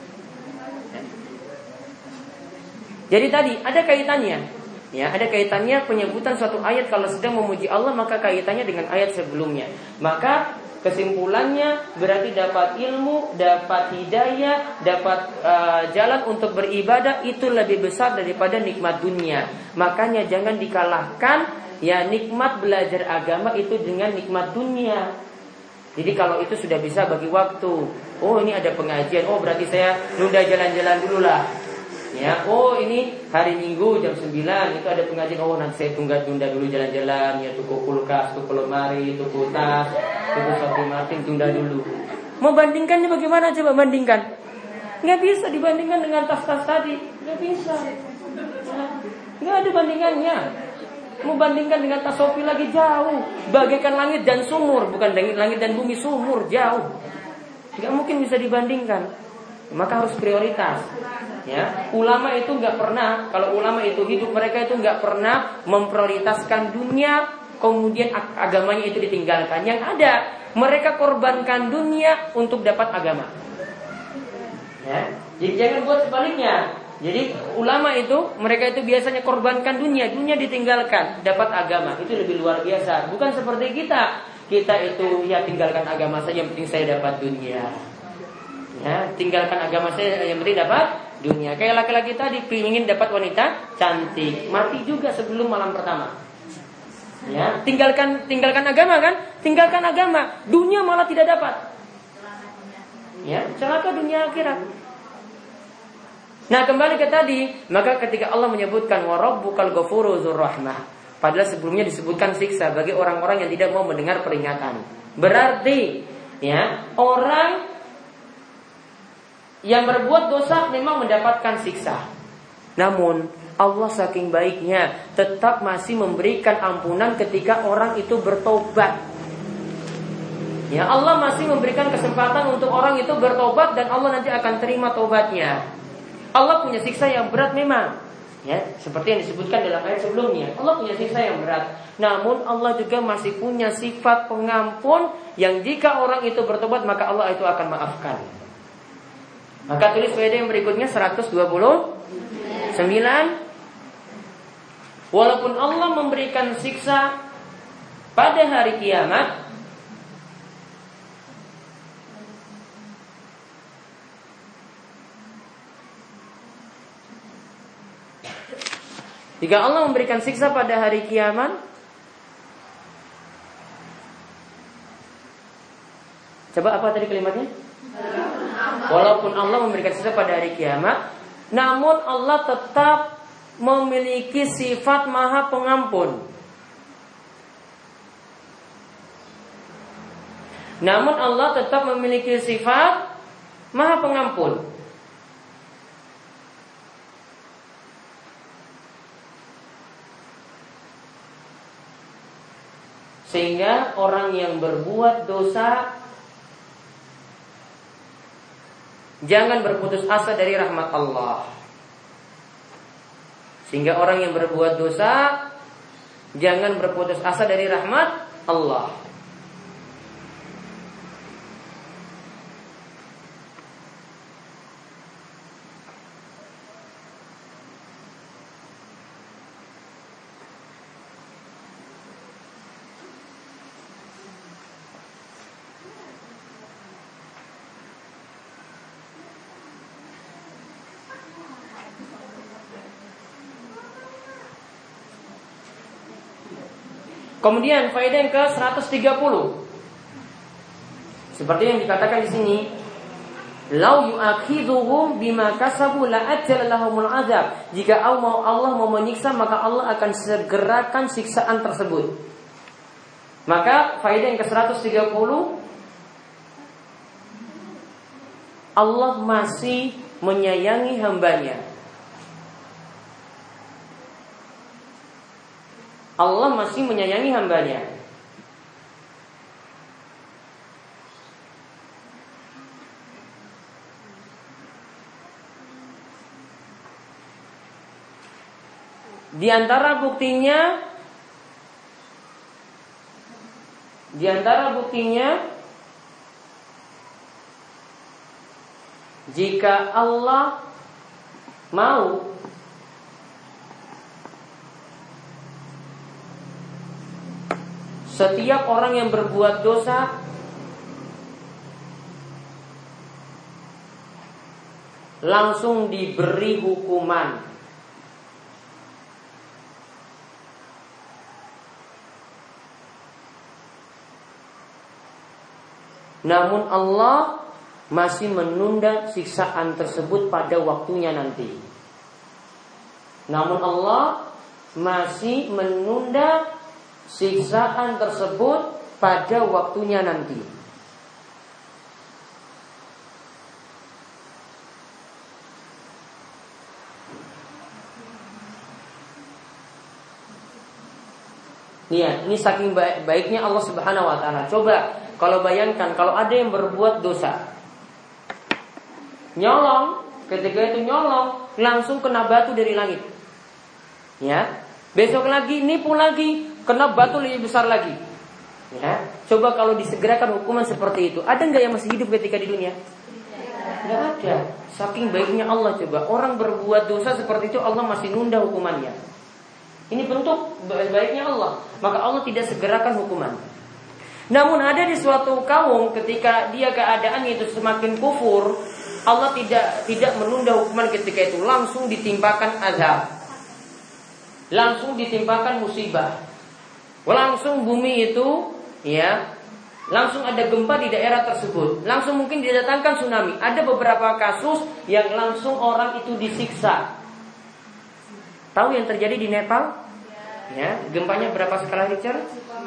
Jadi tadi ada kaitannya. Ya, ada kaitannya penyebutan suatu ayat kalau sedang memuji Allah, maka kaitannya dengan ayat sebelumnya. Maka kesimpulannya berarti dapat ilmu, dapat hidayah, dapat jalan untuk beribadah itu lebih besar daripada nikmat dunia. Makanya jangan dikalahkan ya nikmat belajar agama itu dengan nikmat dunia. Jadi kalau itu sudah bisa bagi waktu. Oh ini ada pengajian, oh berarti saya nunda jalan-jalan dulu lah. Ya, oh ini hari Minggu jam 9 itu ada pengajian. Oh nanti saya tunda dulu jalan-jalan. Ya tuku kulkas, tuku lemari, tuku tas, tuku sepatu Martin, tunda dulu. Mau bandingkannya bagaimana coba bandingkan? Nggak bisa dibandingkan dengan tas-tas tadi. Nggak bisa. Nggak ada bandingannya. Mau bandingkan dengan tas Shopee lagi jauh. Bagaikan langit dan sumur. Bukan langit dan bumi, sumur jauh. Nggak mungkin bisa dibandingkan. Maka harus prioritas. Ya, ulama itu nggak pernah, kalau ulama itu hidup mereka itu nggak pernah memprioritaskan dunia, kemudian agamanya itu ditinggalkan. Yang ada, mereka korbankan dunia untuk dapat agama. Ya, jadi jangan buat sebaliknya. Jadi ulama itu mereka itu biasanya korbankan dunia ditinggalkan, dapat agama. Itu lebih luar biasa. Bukan seperti kita itu ya tinggalkan agama saja, yang penting saya dapat dunia. Ya, tinggalkan agama saya, yang penting dapat dunia. Kayak laki-laki tadi ingin dapat wanita cantik, mati juga sebelum malam pertama. Ya, tinggalkan agama kan? Tinggalkan agama, dunia malah tidak dapat. Ya, celaka dunia akhirat. Nah, kembali ke tadi, maka ketika Allah menyebutkan wa rabbukal ghafuru dzur rahmah, padahal sebelumnya disebutkan siksa bagi orang-orang yang tidak mau mendengar peringatan. Berarti ya, orang yang berbuat dosa memang mendapatkan siksa. Namun Allah saking baiknya tetap masih memberikan ampunan ketika orang itu bertobat. Ya, Allah masih memberikan kesempatan untuk orang itu bertobat dan Allah nanti akan terima tobatnya. Allah punya siksa yang berat memang. Ya, seperti yang disebutkan dalam ayat sebelumnya. Allah punya siksa yang berat. Namun Allah juga masih punya sifat pengampun yang jika orang itu bertobat maka Allah itu akan maafkan. Maka tulis pada yang berikutnya 129. Walaupun Allah memberikan siksa pada hari kiamat, Jika Allah memberikan siksa pada hari kiamat, coba apa tadi kalimatnya? Walaupun Allah memberikan siksa pada hari kiamat, namun Allah tetap memiliki sifat Maha Pengampun. Namun Allah tetap memiliki sifat Maha Pengampun. Sehingga orang yang berbuat dosa jangan berputus asa dari rahmat Allah. Sehingga orang yang berbuat dosa jangan berputus asa dari rahmat Allah. Kemudian faedah yang ke-130. Seperti yang dikatakan di sini, lau yu'akhidhuhum bima kasabu la'ajjala lahumul azab. Jika Allah mau menyiksa, maka Allah akan segerakan siksaan tersebut. Maka faedah yang ke-130, Allah masih menyayangi hambanya. Allah masih menyayangi hambanya. Di antara buktinya jika Allah mau setiap orang yang berbuat dosa langsung diberi hukuman. Namun Allah masih menunda siksaan tersebut pada waktunya nanti. Namun Allah masih menunda siksaan tersebut pada waktunya nanti. Lihat, ini saking baiknya Allah Subhanahu wa taala. Coba kalau bayangkan kalau ada yang berbuat dosa, nyolong, ketika itu nyolong langsung kena batu dari langit. Ya, besok lagi nipu lagi, kena batu lebih besar lagi. Ya, coba kalau disegerakan hukuman seperti itu, ada nggak yang masih hidup ketika di dunia? Nggak ada. Saking baiknya Allah, coba orang berbuat dosa seperti itu Allah masih nunda hukumannya. Ini bentuk baiknya Allah. Maka Allah tidak segerakan hukuman. Namun ada di suatu kaum ketika dia keadaannya itu semakin kufur, Allah tidak menunda hukuman ketika itu, langsung ditimpakan azab, langsung ditimpakan musibah. Langsung bumi itu, ya, langsung ada gempa di daerah tersebut. Langsung mungkin didatangkan tsunami. Ada beberapa kasus yang langsung orang itu disiksa. Tahu yang terjadi di Nepal? Ya, gempanya berapa skala Richter?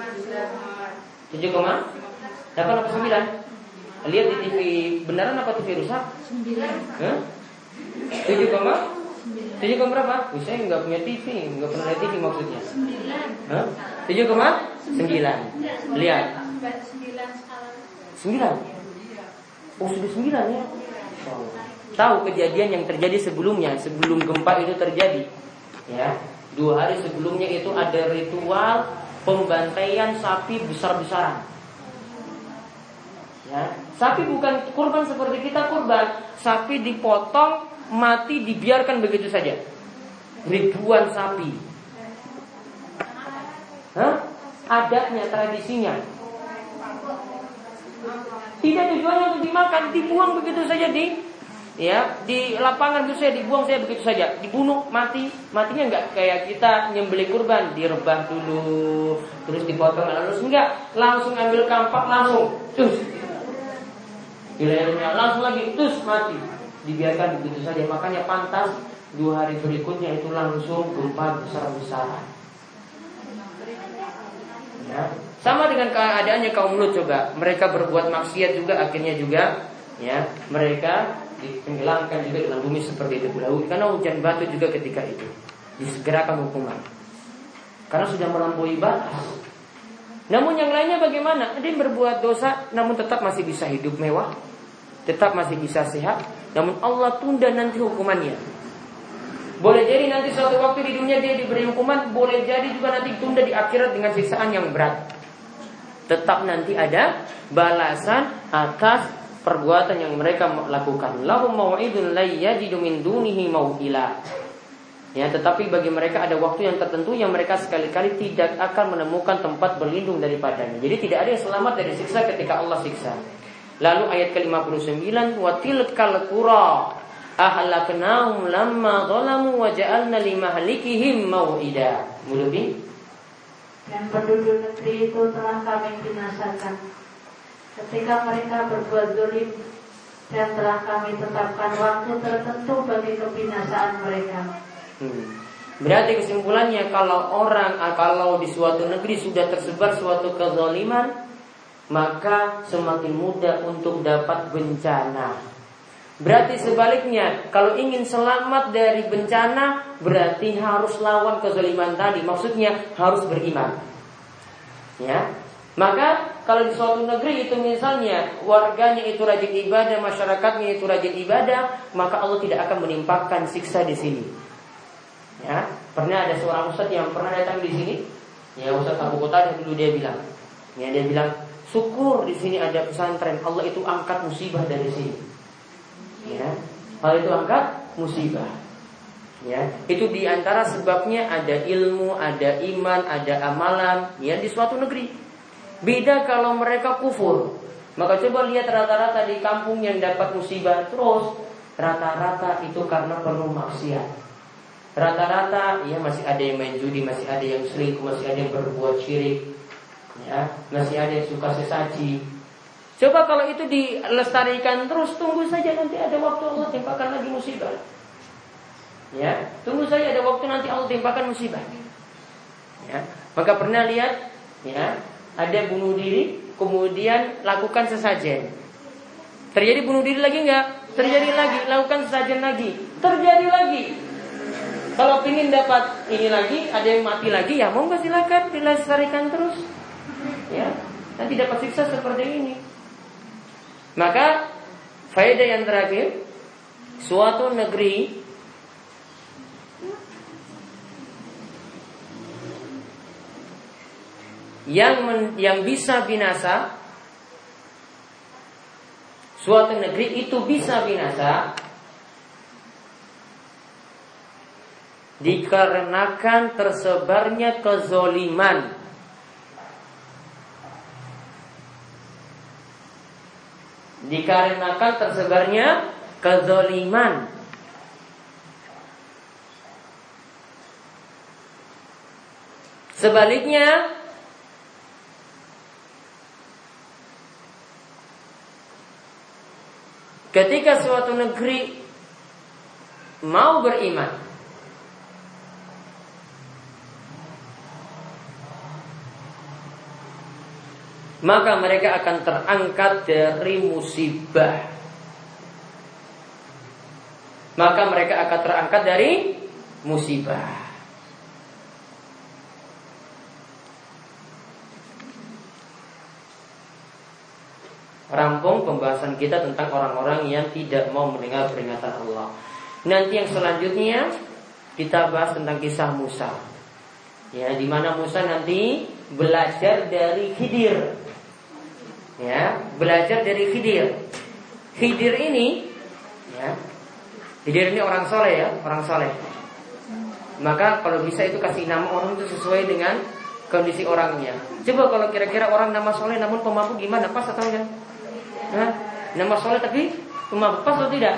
7,8 atau 9? Lihat di TV beneran apa TV rusak? 7 berapa? Saya nggak punya TV, nggak pernah lihat TV maksudnya. 7,9. Lihat. 9. Oh, sudah 9 ya. Tahu kejadian yang terjadi sebelumnya, sebelum gempa itu terjadi. Ya, 2 hari sebelumnya itu ada ritual pembantaian sapi besar-besaran. Ya, sapi bukan kurban seperti kita kurban. Sapi dipotong, mati, dibiarkan begitu saja. Ribuan sapi. Adatnya, tradisinya. Tidak tujuannya untuk dimakan, dibuang begitu saja di ya di lapangan itu saya dibuang saya begitu saja, dibunuh matinya nggak kayak kita nyembelih kurban, direbah dulu terus dipotong lalu enggak, langsung ambil kampak langsung terus lehernya langsung lagi terus mati, dibiarkan begitu saja. Makanya pantas 2 hari berikutnya itu langsung gempa besar-besaran. Ya. Sama dengan keadaannya kaum Lut coba, mereka berbuat maksiat juga akhirnya juga ya mereka ditenggelamkan juga dalam bumi seperti itu karena hujan batu juga ketika itu disegerakan hukuman karena sudah melampaui batas. Namun yang lainnya bagaimana? Ada yang berbuat dosa namun tetap masih bisa hidup mewah, tetap masih bisa sehat, namun Allah tunda nanti hukumannya. Boleh jadi nanti suatu waktu di dunia dia diberi hukuman, boleh jadi juga nanti tunda di akhirat dengan siksaan yang berat. Tetap nanti ada balasan atas perbuatan yang mereka lakukan. Lahum mau'idun la yajidu min dunihi mau'ila. Ya, tetapi bagi mereka ada waktu yang tertentu yang mereka sekali-kali tidak akan menemukan tempat berlindung daripadanya. Jadi tidak ada yang selamat dari siksa ketika Allah siksa. Lalu ayat ke-59, wa tilkal qura ahlaknahum lamma zalamu wa ja'alna limahlikihim mau'ida. Mulubi. Dan penduduk negeri itu telah kami binasakan ketika mereka berbuat zalim, dan telah kami tetapkan waktu tertentu bagi kebinasaan mereka. Berarti kesimpulannya kalau di suatu negeri sudah tersebar suatu kezaliman, maka semakin mudah untuk dapat bencana. Berarti sebaliknya, kalau ingin selamat dari bencana, berarti harus lawan kezaliman tadi. Maksudnya harus beriman. Ya, maka kalau di suatu negeri itu misalnya warganya itu rajin ibadah, masyarakatnya itu rajin ibadah, maka Allah tidak akan menimpakan siksa di sini. Ya, pernah ada seorang ustaz yang pernah datang di sini. Ya, Ustaz Abu Qatadah dulu dia bilang, syukur di sini ada pesantren, Allah itu angkat musibah dari sini. Ya, hal itu angkat musibah. Ya, itu diantara sebabnya ada ilmu, ada iman, ada amalan. Ya, di suatu negeri. Beda kalau mereka kufur. Maka coba lihat rata-rata di kampung yang dapat musibah terus, rata-rata itu karena penuh maksiat. Rata-rata ya masih ada yang main judi, masih ada yang selingkuh, masih ada yang berbuat syirik. Ya, masih ada yang suka sesaji. Coba kalau itu dilestarikan terus, tunggu saja nanti ada waktu Allah timpakan lagi musibah. Ya, tunggu saja ada waktu nanti Allah timpakan musibah. Ya, maka pernah lihat, ya, ada bunuh diri, kemudian lakukan sesajen. Terjadi bunuh diri lagi enggak? Terjadi lagi, lakukan sesajen lagi, terjadi lagi. Kalau ingin dapat ini lagi, ada yang mati lagi, ya monggo silakan dilestarikan terus. Ya, nanti dapat siksa seperti ini. Maka faedah yang terakhir, suatu negeri yang bisa binasa, suatu negeri itu bisa binasa dikarenakan tersebarnya kezoliman. Dikarenakan tersebarnya kezaliman. Sebaliknya, ketika suatu negeri mau beriman, maka mereka akan terangkat dari musibah. Maka mereka akan terangkat dari musibah. Rampung pembahasan kita tentang orang-orang yang tidak mau mendengar peringatan Allah. Nanti yang selanjutnya kita bahas tentang kisah Musa. Ya, di mana Musa nanti belajar dari Khidir. Ya, belajar dari Khidir. Khidir ini, ya, Khidir ini orang soleh ya, orang soleh. Maka kalau bisa itu kasih nama orang itu sesuai dengan kondisi orangnya. Coba kalau kira-kira orang nama soleh namun pemabuk gimana? Pas atau enggak? Nama soleh tapi pemabuk, pas atau tidak?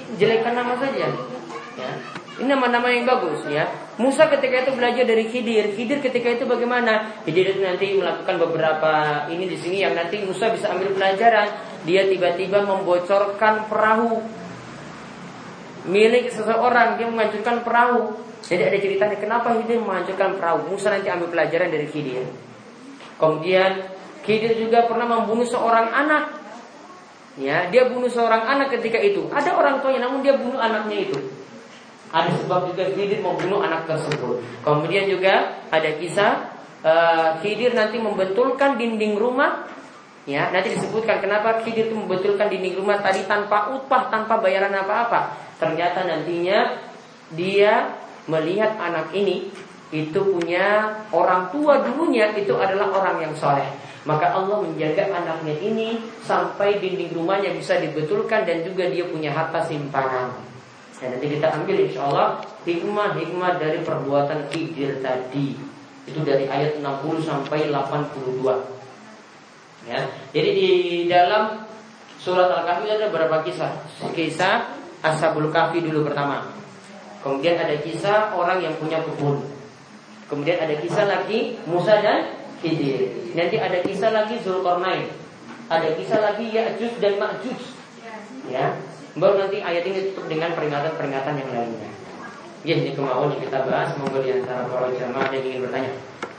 jelekan nama saja. Ya. Ini nama-nama yang bagus ya. Musa ketika itu belajar dari Khidir. Khidir ketika itu bagaimana? Khidir itu nanti melakukan beberapa ini di sini yang nanti Musa bisa ambil pelajaran. Dia tiba-tiba membocorkan perahu milik seseorang, dia menghancurkan perahu. Jadi ada ceritanya kenapa Khidir menghancurkan perahu. Musa nanti ambil pelajaran dari Khidir. Kemudian Khidir juga pernah membunuh seorang anak. Ya, dia bunuh seorang anak ketika itu. Ada orang tuanya namun dia bunuh anaknya itu. Ada sebab juga Khidir membunuh anak tersebut. Kemudian juga ada kisah Khidir nanti membetulkan dinding rumah. Ya, nanti disebutkan kenapa Khidir itu membetulkan dinding rumah tadi tanpa upah, tanpa bayaran apa-apa. Ternyata nantinya dia melihat anak ini itu punya orang tua dulunya itu adalah orang yang soleh. Maka Allah menjaga anaknya ini sampai dinding rumahnya bisa dibetulkan dan juga dia punya harta simpanan. Dan nanti kita ambil insya Allah hikmah dari perbuatan Khidir tadi. Itu dari ayat 60 sampai 82. Ya. Jadi di dalam surat Al-Kahfi ada beberapa kisah. Kisah Ashabul Kahfi dulu pertama. Kemudian ada kisah orang yang punya kebun. Kemudian ada kisah lagi Musa dan Khidir. Nanti ada kisah lagi Zulkarnain. Ada kisah lagi Ya'juj dan Ma'juj. Ya. Baru nanti ayat ini tutup dengan peringatan-peringatan yang lainnya. Ya, ini kemauan yang kita bahas. Semoga di antara para jamaah yang ingin bertanya.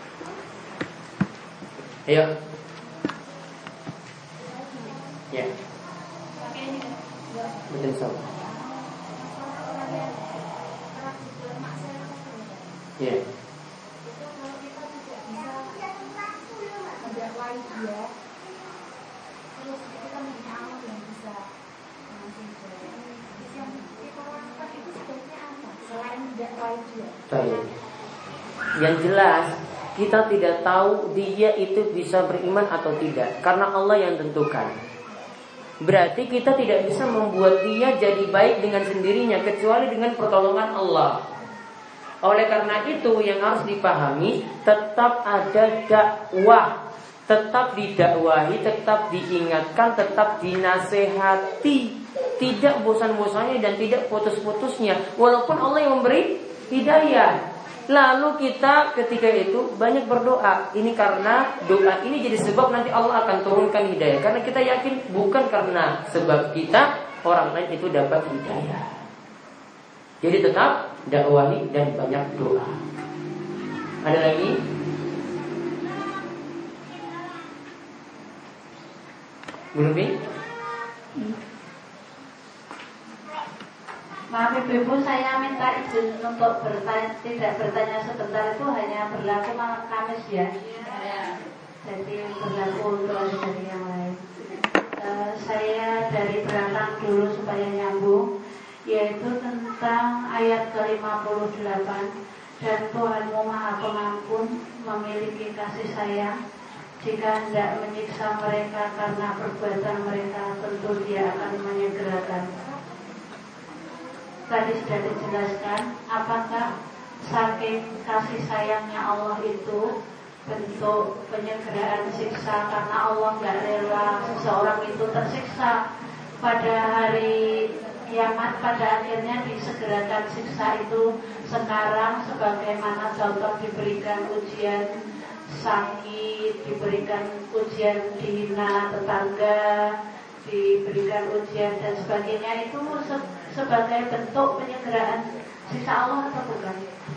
Ayo. Ya. Betul sama. Ya. Yang jelas kita tidak tahu dia itu bisa beriman atau tidak, karena Allah yang tentukan. Berarti kita tidak bisa membuat dia jadi baik dengan sendirinya kecuali dengan pertolongan Allah. Oleh karena itu yang harus dipahami, tetap ada dakwah, tetap didakwahi, tetap diingatkan, tetap dinasehati, tidak bosan-bosannya dan tidak putus-putusnya, walaupun Allah yang memberi hidayah. Lalu kita ketika itu banyak berdoa. Ini karena doa ini jadi sebab nanti Allah akan turunkan hidayah. Karena kita yakin bukan karena sebab kita orang lain itu dapat hidayah. Jadi tetap dakwahi dan banyak doa. Ada lagi? Belum nih? Maaf Ibu, saya minta izin untuk tidak bertanya sebentar, itu hanya berlaku malam Kamis ya. Jadi berlaku untuk hari yang lain. Saya dari belakang dulu supaya nyambung, yaitu tentang ayat ke-58. Dan Tuhanmu Maha Pengampun, memiliki kasih sayang. Jika hendak menyiksa mereka karena perbuatan mereka, tentu Dia akan menyegerakan. Tadi sudah dijelaskan apakah saking kasih sayangnya Allah itu bentuk penyegeraan siksa, karena Allah nggak rela seseorang itu tersiksa pada hari kiamat, pada akhirnya disegerakan siksa itu sekarang, sebagaimana contoh diberikan ujian sakit, diberikan ujian dihina tetangga, diberikan ujian dan sebagainya, itu sebagai bentuk penyegeraan siksa Allah atau bukan?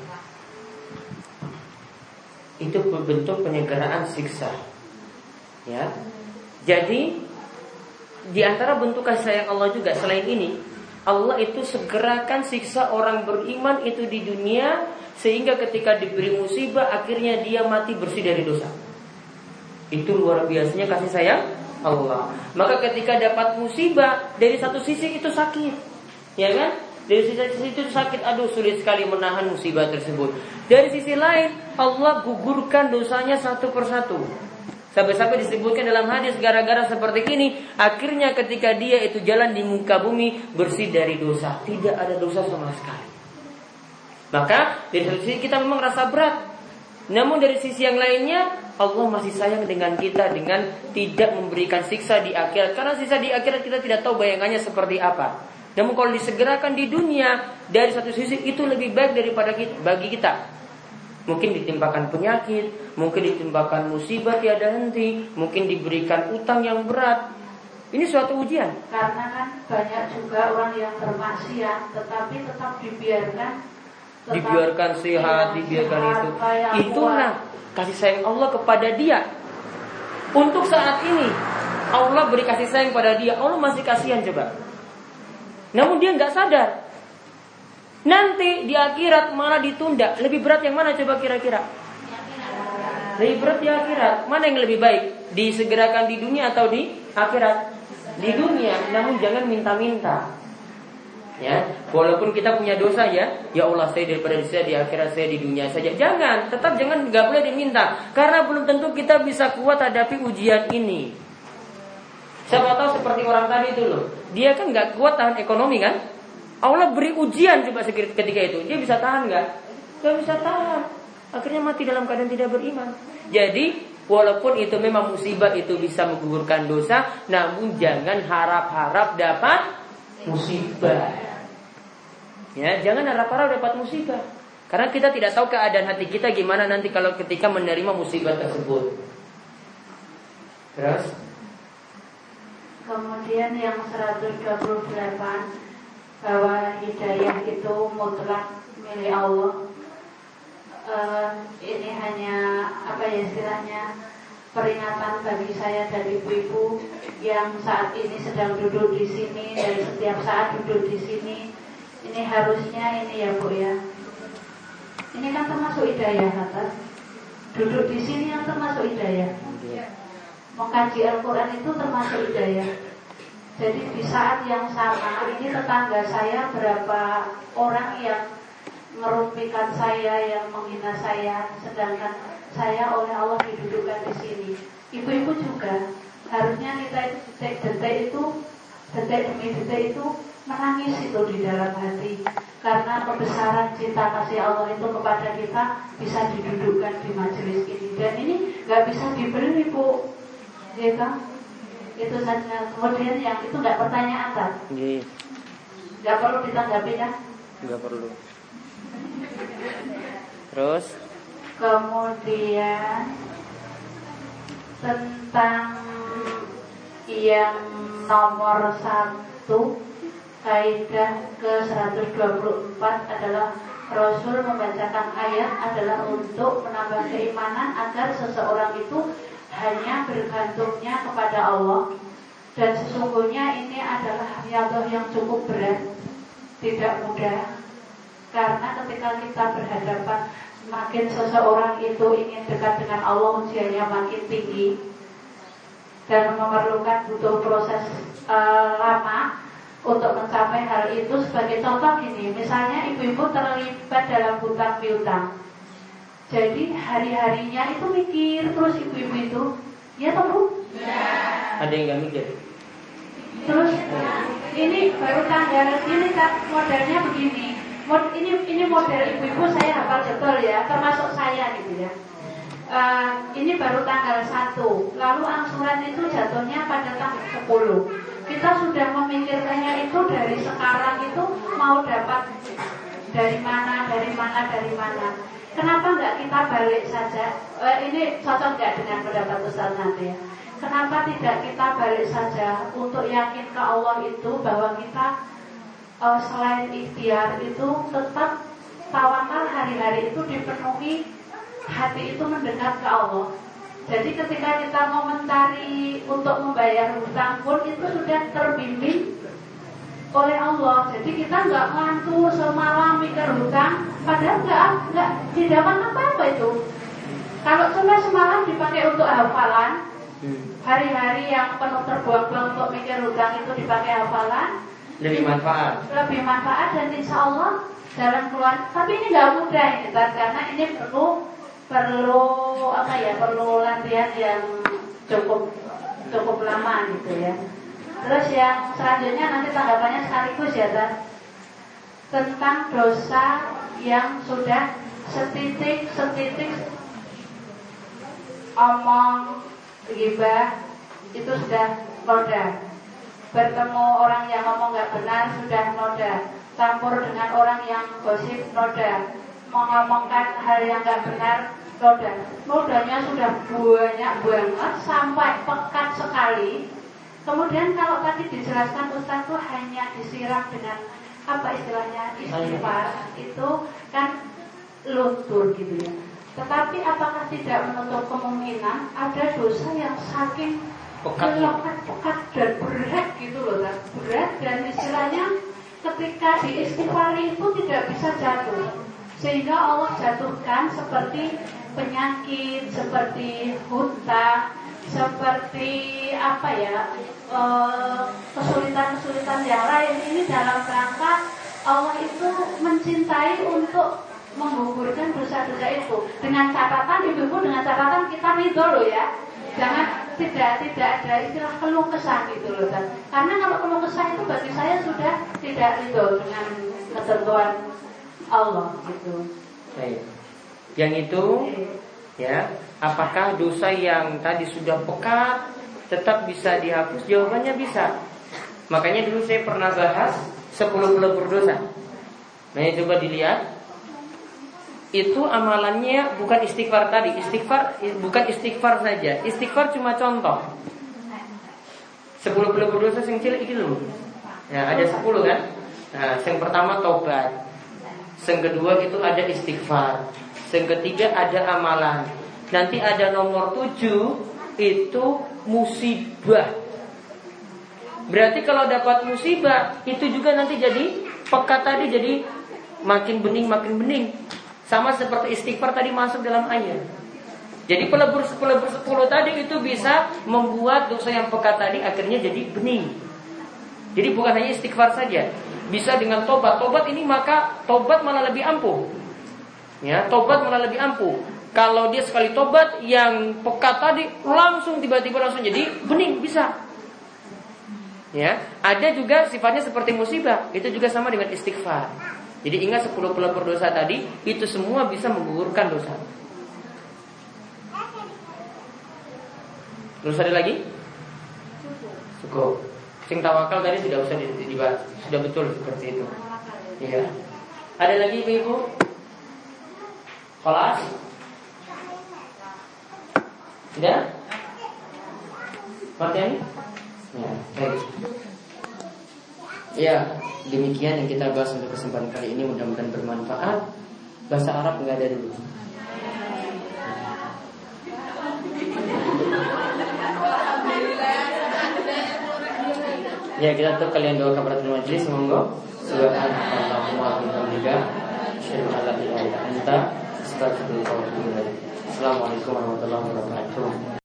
Itu bentuk penyegeraan siksa. Ya. Jadi di antara bentuk kasih sayang Allah juga selain ini, Allah itu segerakan siksa orang beriman itu di dunia, sehingga ketika diberi musibah akhirnya dia mati bersih dari dosa. Itu luar biasanya kasih sayang Allah. Maka ketika dapat musibah, dari satu sisi itu sakit, ya kan? Dari sisi itu sakit, aduh sulit sekali menahan musibah tersebut. Dari sisi lain, Allah gugurkan dosanya satu persatu. Sampai-sampai disebutkan dalam hadis, gara-gara seperti ini, akhirnya ketika dia itu jalan di muka bumi bersih dari dosa, tidak ada dosa sama sekali. Maka dari satu sisi kita memang rasa berat, namun dari sisi yang lainnya Allah masih sayang dengan kita dengan tidak memberikan siksa di akhirat. Karena siksa di akhirat kita tidak tahu bayangannya seperti apa. Namun kalau disegerakan di dunia, dari satu sisi itu lebih baik daripada bagi kita. Mungkin ditimpakan penyakit, mungkin ditimpakan musibah tiada henti, mungkin diberikan utang yang berat. Ini suatu ujian. Karena kan banyak juga orang yang bermaksiat, tetapi tetap dibiarkan sehat, dibiarkan itu. Itulah kasih sayang Allah kepada dia. Untuk saat ini Allah beri kasih sayang pada dia, Allah masih kasihan coba. Namun dia nggak sadar. Nanti di akhirat malah ditunda. Lebih berat yang mana coba kira-kira? Lebih berat di akhirat. Mana yang lebih baik? Disegerakan di dunia atau di akhirat? Di dunia. Namun jangan minta-minta. Ya, walaupun kita punya dosa ya Allah saya daripada saya di akhirat, saya di dunia saja. Jangan, tetap jangan, nggak boleh diminta. Karena belum tentu kita bisa kuat hadapi ujian ini. Siapa tahu seperti orang tadi itu loh, dia kan nggak kuat tahan ekonomi kan? Allah beri ujian coba ketika itu, dia bisa tahan nggak? Nggak bisa tahan. Akhirnya mati dalam keadaan tidak beriman. Jadi walaupun itu memang musibah itu bisa menggugurkan dosa, namun jangan harap-harap dapat musibah. Ya, jangan harap-harap dapat musibah. Karena kita tidak tahu keadaan hati kita gimana nanti kalau ketika menerima musibah tersebut. Terus kemudian yang 128, bahwa hidayah itu mutlak milik Allah. Ini hanya istilahnya peringatan bagi saya dari ibu-ibu yang saat ini sedang duduk di sini dan setiap saat duduk di sini. Ini harusnya ini ya Bu ya. Ini kan termasuk hidayah kata. Duduk di sini yang termasuk hidayah. Mengkaji Al-Quran itu termasuk hidayah. Jadi di saat yang sama ini tetangga saya berapa orang yang merumpikan saya, yang menghina saya, sedangkan saya oleh Allah didudukkan di sini. Ibu-ibu juga harusnya kita itu detik demi detik itu menangis itu di dalam hati, karena kebesaran cinta kasih Allah itu kepada kita bisa didudukkan di majelis ini, dan ini nggak bisa dibeli Bu, ya kan? Itu saja. Kemudian yang itu nggak pertanyaan kan? Nggak perlu ditanggapi kan? Nggak perlu. Terus? Kemudian tentang yang nomor 1, kaidah ke-124 adalah Rasul membacakan ayat adalah untuk menambah keimanan agar seseorang itu hanya bergantungnya kepada Allah. Dan sesungguhnya ini adalah riyadhah yang cukup berat, tidak mudah. Karena ketika kita berhadapan, semakin seseorang itu ingin dekat dengan Allah, ujiannya makin tinggi dan memerlukan butuh proses lama untuk mencapai hal itu. Sebagai contoh gini, misalnya ibu-ibu terlibat dalam hutang piutang, jadi hari-harinya itu mikir terus ibu-ibu itu, ya toh Bu? Ya. Ada yang nggak mikir? Terus ini baru tanggal ini kan modelnya begini. Ini model ibu-ibu saya hafal betul ya, termasuk saya gitu ya. Ini baru tanggal 1, lalu angsuran itu jatuhnya pada tanggal 10. Kita sudah memikirkannya itu dari sekarang itu mau dapat dari mana. Kenapa nggak kita balik saja? Ini cocok nggak dengan pendapat Ustaz nanti ya? Kenapa tidak kita balik saja untuk yakin ke Allah itu bahwa kita selain ikhtiar itu tetap tawakal hari-hari itu dipenuhi, hati itu mendekat ke Allah. Jadi ketika kita mau mencari untuk membayar hutang pun itu sudah terbimbing oleh Allah. Jadi kita nggak ngantuk semalam mikir hutang, padahal nggak didapat apa-apa itu. Kalau cuma semalam dipakai untuk hafalan, hari-hari yang penuh terbuang-buang untuk mikir hutang itu dipakai hafalan, lebih manfaat dan insya Allah jalan keluar. Tapi ini nggak mudah ini karena ini perlu latihan yang cukup lama gitu ya. Terus yang selanjutnya nanti tanggapannya sekaligus ya tentang dosa yang sudah setitik omong ghibah itu sudah roda. bertemu orang yang ngomong nggak benar sudah noda, campur dengan orang yang gosip noda, mengomongkan hal yang nggak benar noda. Nodanya sudah banyak banget sampai pekat sekali. Kemudian kalau tadi dijelaskan Ustaz itu hanya disiram dengan apa istilahnya istighfar, itu kan luntur gitu ya. Tetapi apakah tidak menutup kemungkinan ada dosa yang saking pekat dan berat gitu loh, berat, dan istilahnya ketika diistighfari itu tidak bisa jatuh, sehingga Allah jatuhkan seperti penyakit, seperti hutang, seperti apa ya, kesulitan-kesulitan yang lain. Ini dalam rangka Allah itu mencintai untuk menggugurkan dosa-dosa itu, dengan catatan ibu-ibu, dengan catatan kita ridho loh ya, jangan tidak ada istilah keluh kesah gitu loh kan. Karena kalau keluh kesah itu bagi saya sudah tidak ridho dengan ketentuan Allah gitu. Baik. Yang itu ya, apakah dosa yang tadi sudah pekat tetap bisa dihapus? Jawabannya bisa. Makanya dulu saya pernah bahas 10 pelebur dosa. Nah, coba dilihat. Itu amalannya bukan istighfar tadi. Istighfar bukan istighfar saja. Istighfar cuma contoh. 10 pelebur dosa yang cilik itu loh. Nah, ada 10 kan? Nah, yang pertama taubat. Yang kedua itu ada istighfar. Yang ketiga ada amalan. Nanti ada nomor 7 itu musibah. Berarti kalau dapat musibah itu juga nanti jadi pekat tadi, jadi makin bening. Sama seperti istighfar tadi masuk dalam ayat. Jadi pelebur 10 tadi itu bisa membuat dosa yang pekat tadi akhirnya jadi bening. Jadi bukan hanya istighfar saja, bisa dengan tobat. Tobat ini maka tobat malah lebih ampuh. Ya, tobat malah lebih ampuh. Kalau dia sekali tobat, yang pekat tadi langsung tiba-tiba langsung jadi bening, bisa. Ya, ada juga sifatnya seperti musibah, itu juga sama dengan istighfar. Jadi ingat 10 pelebur dosa tadi, itu semua bisa menggugurkan dosa. Terus ada lagi? Cukup. Sing tawakal tadi tidak usah dibahas, sudah betul seperti itu. Ya. Ada lagi ibu-ibu? Kelas? Tidak? Materi? Ya, baik. Ya, demikian yang kita bahas untuk kesempatan kali ini, mudah-mudahan bermanfaat. Bahasa Arab nggak ada dulu. Ya, kita tutup kalian doa kafaratul majelis, monggo. Subhanallahumma wa bihamdika, asyhadu an la ilaha illa anta, astaghfiruka wa atubu ilaik. Assalamualaikum warahmatullahi wabarakatuh.